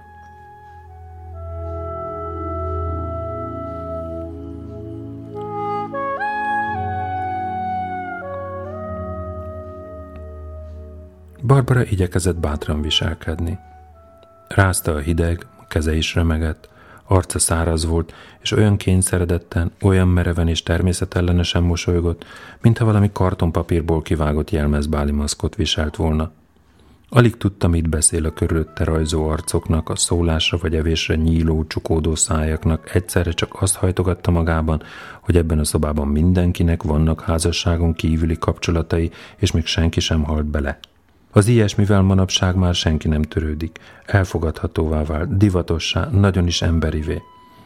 Barbara igyekezett bátran viselkedni. Rázta a hideg, a keze is remegett, arca száraz volt, és olyan kényszeredetten, olyan mereven és természetellenesen mosolygott, mintha valami kartonpapírból kivágott jelmezbáli maszkot viselt volna. Alig tudta, mit beszél a körülötte rajzó arcoknak, a szólásra vagy evésre nyíló, csukódó szájaknak, egyszerre csak azt hajtogatta magában, hogy ebben a szobában mindenkinek vannak házasságon kívüli kapcsolatai, és még senki sem halt bele. Az ilyesmivel manapság már senki nem törődik, elfogadhatóvá vált, divatossá, nagyon is emberivé.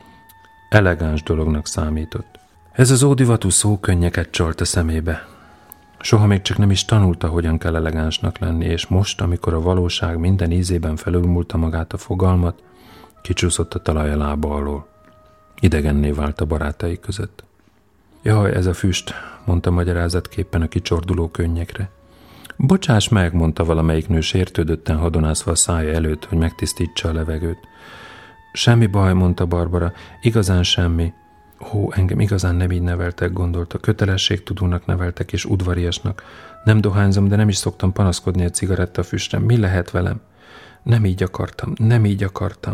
Elegáns dolognak számított. Ez az ódivatú szó könnyeket csalt a szemébe. Soha még csak nem is tanulta, hogyan kell elegánsnak lenni, és most, amikor a valóság minden ízében felülmúlta magát a fogalmat, kicsúszott a talaj a lába alól. Idegenné vált a barátai között. Jaj, ez a füst, mondta magyarázatképpen a kicsorduló könnyekre. Bocsáss meg, mondta valamelyik nő sértődötten hadonászva a szája előtt, hogy megtisztítsa a levegőt. Semmi baj, mondta Barbara, igazán semmi. Ó, engem igazán nem így neveltek, gondolta, kötelességtudónak neveltek és udvariasnak. Nem dohányzom, de nem is szoktam panaszkodni a cigarettafüstre. Mi lehet velem? Nem így akartam.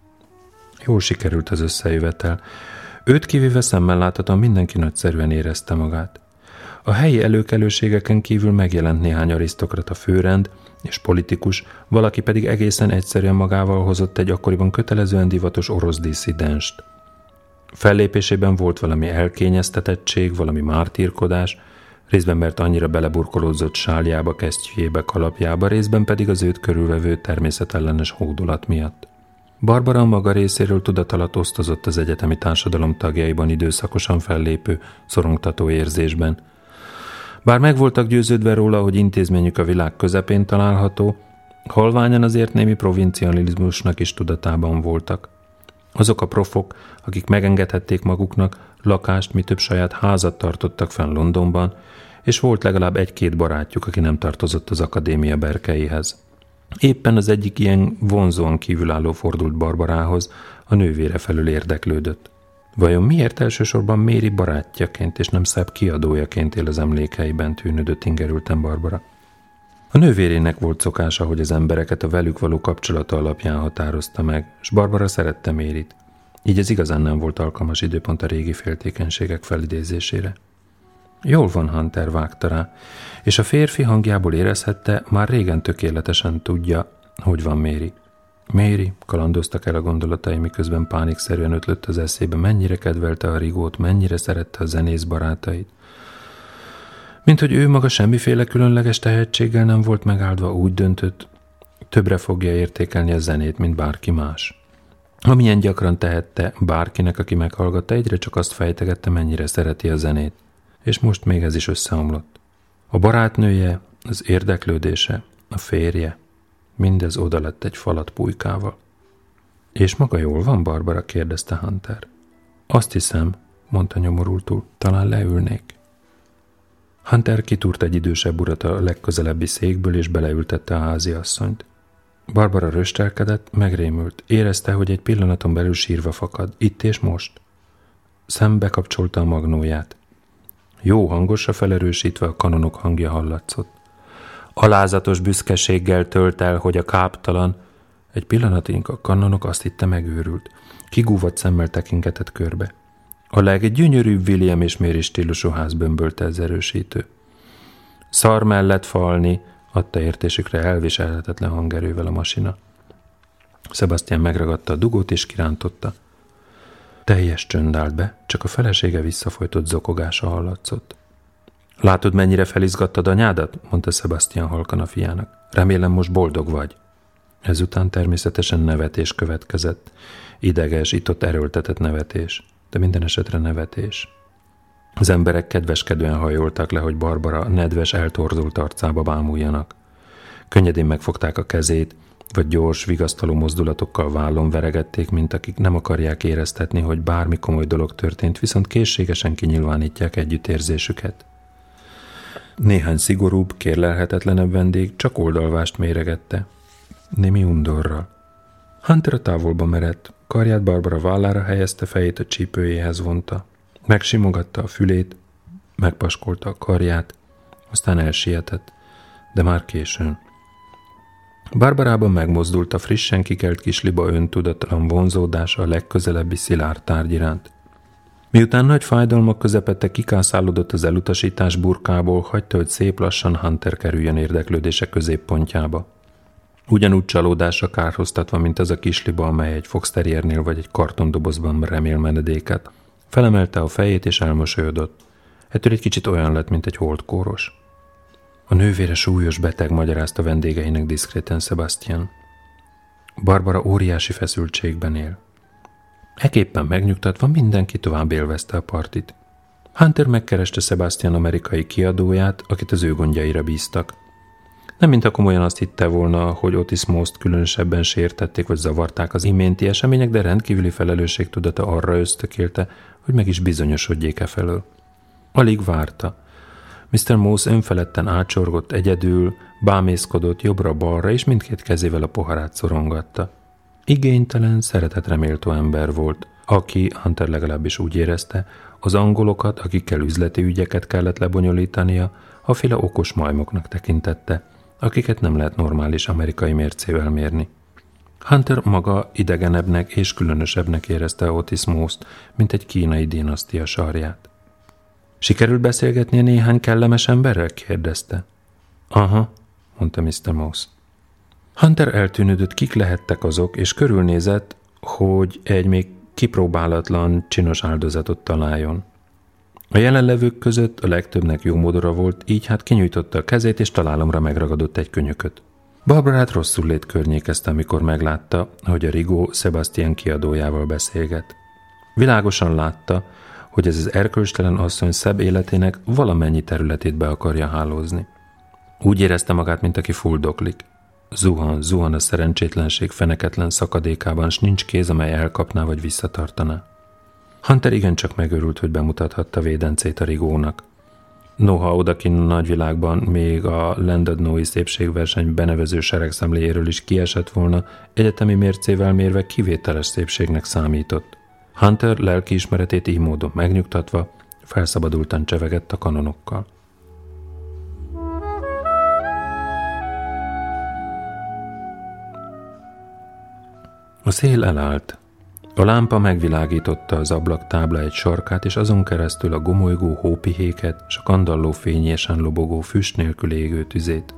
Jól sikerült az összejövetel. Őt kivéve szemmel láthatóan mindenki nagyszerűen érezte magát. A helyi előkelőségeken kívül megjelent néhány arisztokrata főrend és politikus, valaki pedig egészen egyszerűen magával hozott egy akkoriban kötelezően divatos orosz disszidenst. Fellépésében volt valami elkényeztetettség, valami mártírkodás, részben mert annyira beleburkolódzott sáljába, kesztyűjébe, kalapjába, részben pedig az őt körülvevő természetellenes hódolat miatt. Barbara maga részéről tudatalatt osztozott az egyetemi társadalom tagjaiban időszakosan fellépő, szorongtató érzésben. Bár meg voltak győződve róla, hogy intézményük a világ közepén található, halványan azért némi provincializmusnak is tudatában voltak. Azok a profok, akik megengedhették maguknak, lakást, mi több saját házat tartottak fenn Londonban, és volt legalább egy-két barátjuk, aki nem tartozott az akadémia berkeihez. Éppen az egyik ilyen vonzóan kívülálló fordult Barbarához, a nővére felül érdeklődött. Vajon miért elsősorban Mary barátjaként és nem szebb kiadójaként él az emlékeiben, tűnődött ingerülten Barbara. A nővérének volt szokása, hogy az embereket a velük való kapcsolata alapján határozta meg, és Barbara szerette Maryt. Így ez igazán nem volt alkalmas időpont a régi féltékenységek felidézésére. Jól van, Hunter, vágta rá, és a férfi hangjából érezhette, már régen tökéletesen tudja, hogy van Mary. Mary, kalandoztak el a gondolatai, miközben pánikszerűen ötlött az eszébe, mennyire kedvelte a Rigót, mennyire szerette a zenész barátait. Mint hogy ő maga semmiféle különleges tehetséggel nem volt megáldva, úgy döntött, többre fogja értékelni a zenét, mint bárki más. Amilyen gyakran tehette, bárkinek, aki meghallgatta, egyre csak azt fejtegette, mennyire szereti a zenét. És most még ez is összeomlott. A barátnője, az érdeklődése, a férje, mindez oda lett egy falat pulykával. És maga jól van, Barbara? kérdezte Hunter. Azt hiszem, mondta nyomorultul, talán leülnék. Hunter kitúrt egy idősebb urat a legközelebbi székből, és beleültette a háziasszonyt. Barbara röstelkedett, megrémült. Érezte, hogy egy pillanaton belül sírva fakad. Itt és most. Sam bekapcsolta a magnóját. Jó hangosra felerősítve a kanonok hangja hallatszott. Alázatos büszkeséggel tölt el, hogy a káptalan. Egy pillanatig a kanonok azt hitte megőrült. Kigúvadt szemmel tekingetett körbe. A leggyönyörűbb William és Mary stílusú ház bömbölte ez erősítő. Szar mellett falni, adta értésükre elviselhetetlen hangerővel a masina. Sebastian megragadta a dugót és kirántotta. Teljes csönd állt be, csak a felesége visszafolytott zokogása hallatszott. Látod, mennyire felizgattad anyádat? Mondta Sebastian halkan a fiának. Remélem, most boldog vagy. Ezután természetesen nevetés következett. Ideges, itt-ott erőltetett nevetés. De minden esetre nevetés. Az emberek kedveskedően hajoltak le, hogy Barbara nedves, eltorzult arcába bámuljanak. Könnyedén megfogták a kezét, vagy gyors, vigasztaló mozdulatokkal vállon veregették, mint akik nem akarják éreztetni, hogy bármi komoly dolog történt, viszont készségesen kinyilvánítják együttérzésüket. Néhány szigorúbb, kérlelhetetlenebb vendég csak oldalvást méregette. Némi undorral. Hunter a távolba merett, karját Barbara vállára helyezte, fejét a csípőjéhez vonta. Megsimogatta a fülét, megpaskolta a karját, aztán elsietett, de már későn. Barbarában megmozdult a frissen kikelt kis liba öntudatlan vonzódása a legközelebbi szilárd tárgy iránt. Miután nagy fájdalmak közepette kikászálódott az elutasítás burkából, hagyta, hogy szép lassan Hunter kerüljön érdeklődése középpontjába. Ugyanúgy csalódásra kárhoztatva, mint az a kisliba, amely egy foxterriernél vagy egy kartondobozban remél menedéket. Felemelte a fejét és elmosolyodott. Ettől egy kicsit olyan lett, mint egy holdkóros. A nővére súlyos beteg, magyarázta vendégeinek diszkréten Sebastian. Barbara óriási feszültségben él. Ekképpen megnyugtatva mindenki tovább élvezte a partit. Hunter megkereste Sebastian amerikai kiadóját, akit az ő gondjaira bíztak. Nem mintha komolyan azt hitte volna, hogy Otis Most különösebben sértették vagy zavarták az iménti események, de rendkívüli felelősségtudata arra ösztökélte, hogy meg is bizonyosodjék e felől. Alig várta. Mr. Moss önfeledten átsorgott egyedül, bámészkodott jobbra-balra, és mindkét kezével a poharát szorongatta. Igénytelen, szeretetreméltó ember volt, aki, Hunter legalábbis úgy érezte, az angolokat, akikkel üzleti ügyeket kellett lebonyolítania, aféle okos majmoknak tekintette, akiket nem lehet normális amerikai mércével mérni. Hunter maga idegenebbnek és különösebbnek érezte Otis Most, mint egy kínai dinasztia sarját. Sikerült beszélgetnie néhány kellemes emberrel? Kérdezte. Aha, mondta Mr. Moss. Hunter eltűnődött, kik lehettek azok, és körülnézett, hogy egy még kipróbálatlan, csinos áldozatot találjon. A jelenlevők között a legtöbbnek jó módora volt, így hát kinyújtotta a kezét, és találomra megragadott egy könyököt. Barbarát rosszul lét környékezte, amikor meglátta, hogy a Rigaud Sebastian kiadójával beszélget. Világosan látta, hogy ez az erkölcstelen asszony szebb életének valamennyi területét be akarja hálózni. Úgy érezte magát, mint aki fuldoklik. Zuhan a szerencsétlenség feneketlen szakadékában, s nincs kéz, amely elkapná vagy visszatartaná. Hunter igencsak megörült, hogy bemutathatta védencét a Rigaudnak. Noha odakinn a nagyvilágban még a Llandudnoi szépségverseny benevező seregszemléjéről is kiesett volna, egyetemi mércével mérve kivételes szépségnek számított. Hunter lelkiismeretét így módon megnyugtatva felszabadultan csevegett a kanonokkal. A szél elállt. A lámpa megvilágította az ablaktábla egy sarkát, és azon keresztül a gomolygó hópihéket s a kandalló fényesen lobogó füst nélkül égő tüzét.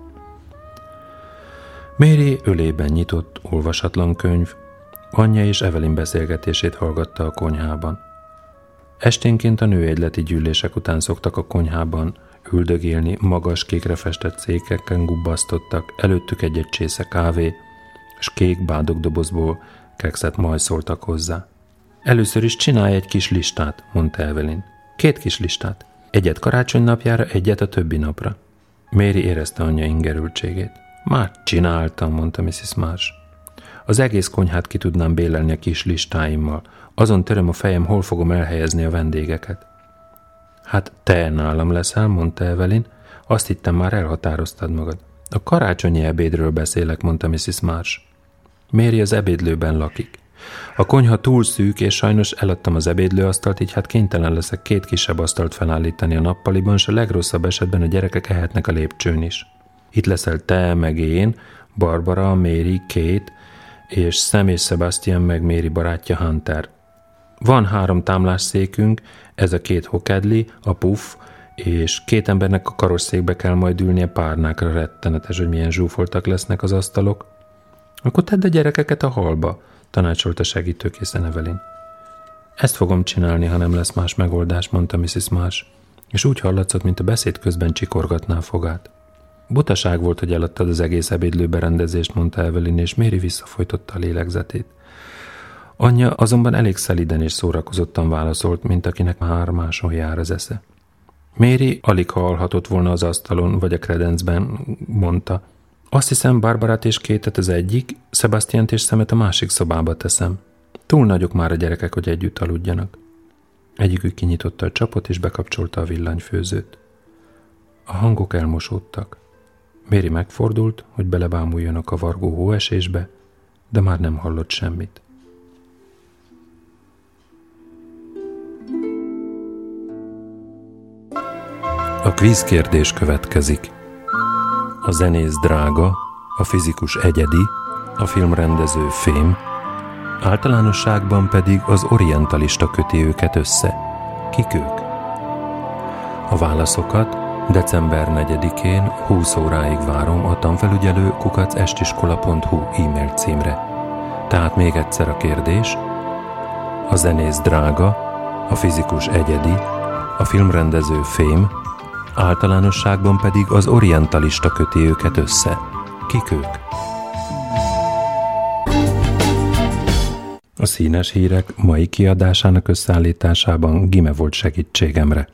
Mary ölében nyitott, olvasatlan könyv, anyja és Evelyn beszélgetését hallgatta a konyhában. Esténként a nőegyleti gyűlések után szoktak a konyhában üldögélni, magas, kékre festett székeken gubbasztottak, előttük egy csésze kávé, s kék bádogdobozból kekszet majszoltak hozzá. Először is csinálj egy kis listát, mondta Evelyn. 2 kis listát. Egyet karácsony napjára, egyet a többi napra. Mary érezte anyja ingerültségét. Már csináltam, mondta Mrs. Marsh. Az egész konyhát ki tudnám bélelni a kis listáimmal. Azon töröm a fejem, hol fogom elhelyezni a vendégeket. Hát te nálam leszel, mondta Evelyn. Azt hittem, már elhatároztad magad. A karácsonyi ebédről beszélek, mondta Mrs. Marsh. Mary az ebédlőben lakik. A konyha túl szűk, és sajnos eladtam az ebédlőasztalt, így hát kénytelen leszek 2 kisebb asztalt felállítani a nappaliban, s a legrosszabb esetben a gyerekek ehetnek a lépcsőn is. Itt leszel te, meg én, Barbara, Mary, Kate, és Sam és Sebastian, meg Mary barátja Hunter. Van 3 támlásszékünk, ez a 2 hokedli, a puff, és 2 embernek a karosszékbe kell majd ülnie, párnákra rettenetes, hogy milyen zsúfoltak lesznek az asztalok. Akkor tedd a gyerekeket a hallba, tanácsolta segítőkészen Evelyn. Ezt fogom csinálni, ha nem lesz más megoldás, mondta Mrs. Marsh, és úgy hallatszott, mint a beszéd közben csikorgatná a fogát. Butaság volt, hogy eladtad az egész ebédlőberendezést, mondta Evelyn, és Mary visszafojtotta a lélegzetét. Anyja azonban elég szeliden és szórakozottan válaszolt, mint akinek már máson jár az esze. Mary alig ha alhatott volna az asztalon, vagy a kredencben, mondta. Azt hiszem, Barbarát és Kate-et az egyik, Sebastiant és Samet a másik szobába teszem. Túl nagyok már a gyerekek, hogy együtt aludjanak. Egyikük kinyitotta a csapot, és bekapcsolta a villanyfőzőt. A hangok elmosódtak. Mary megfordult, hogy belebámuljon a kavargó hóesésbe, de már nem hallott semmit. A kvízkérdés következik. A zenész drága, a fizikus egyedi, a filmrendező fém, általánosságban pedig az orientalista köti őket össze. Kik ők? A válaszokat december 4-én 20 óráig várom a tanfelügyelő@estiskola.hu e-mail címre. Tehát még egyszer a kérdés: a zenész drága, a fizikus egyedi, a filmrendező fém, általánosságban pedig az orientalista köti őket össze. Kik ők? A Színes Hírek mai kiadásának összeállításában Gime volt segítségemre.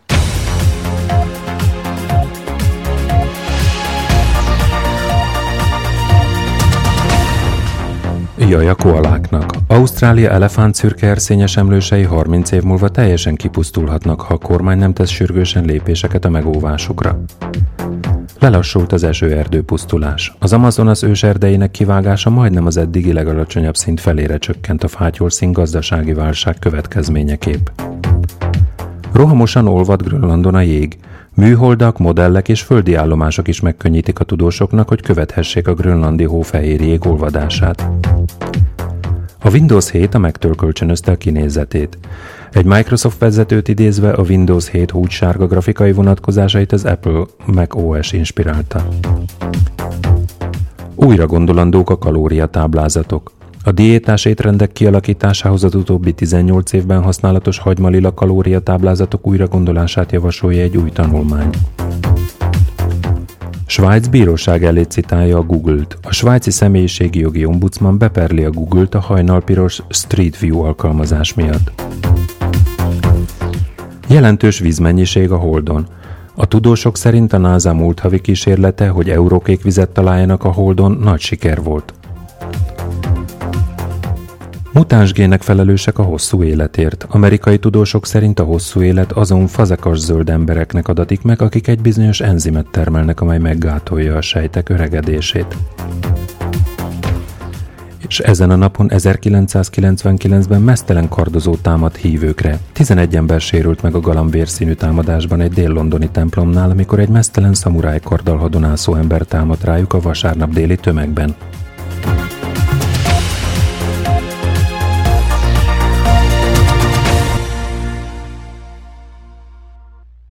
Jaj a koaláknak. Ausztrália elefántszürke erszényes emlősei 30 év múlva teljesen kipusztulhatnak, ha a kormány nem tesz sürgősen lépéseket a megóvásukra. Lelassult az esőerdő pusztulás. Az Amazonas őserdeinek kivágása majdnem az eddigi legalacsonyabb szint felére csökkent a fátyolszín gazdasági válság következményeképp. Rohamosan olvad Grönlandon a jég. Műholdak, modellek és földi állomások is megkönnyítik a tudósoknak, hogy követhessék a grönlandi hófehér jég olvadását. A Windows 7 a Mac-től kölcsönözte a kinézetét. Egy Microsoft vezetőt idézve a Windows 7 húgysárga grafikai vonatkozásait az Apple Mac OS inspirálta. Újra gondolandók a kalóriatáblázatok. A diétás étrendek kialakításához az utóbbi 18 évben használatos hagymalila kalóriatáblázatok újragondolását javasolja egy új tanulmány. Svájc bíróság elé citálja a Google-t. A svájci személyiségi jogi ombudsman beperli a Google-t a hajnalpiros Street View alkalmazás miatt. Jelentős vízmennyiség a Holdon. A tudósok szerint a NASA múlt havi kísérlete, hogy eurókék vizet találjanak a Holdon, nagy siker volt. Mutáns gének felelősek a hosszú életért. Amerikai tudósok szerint a hosszú élet azon fazekas zöld embereknek adatik meg, akik egy bizonyos enzimet termelnek, amely meggátolja a sejtek öregedését. És ezen a napon 1999-ben meztelen kardozó támad hívőkre. 11 ember sérült meg a galambvérszínű támadásban egy dél-londoni templomnál, amikor egy meztelen szamuráj karddal hadonászó ember támadt rájuk a vasárnap déli tömegben.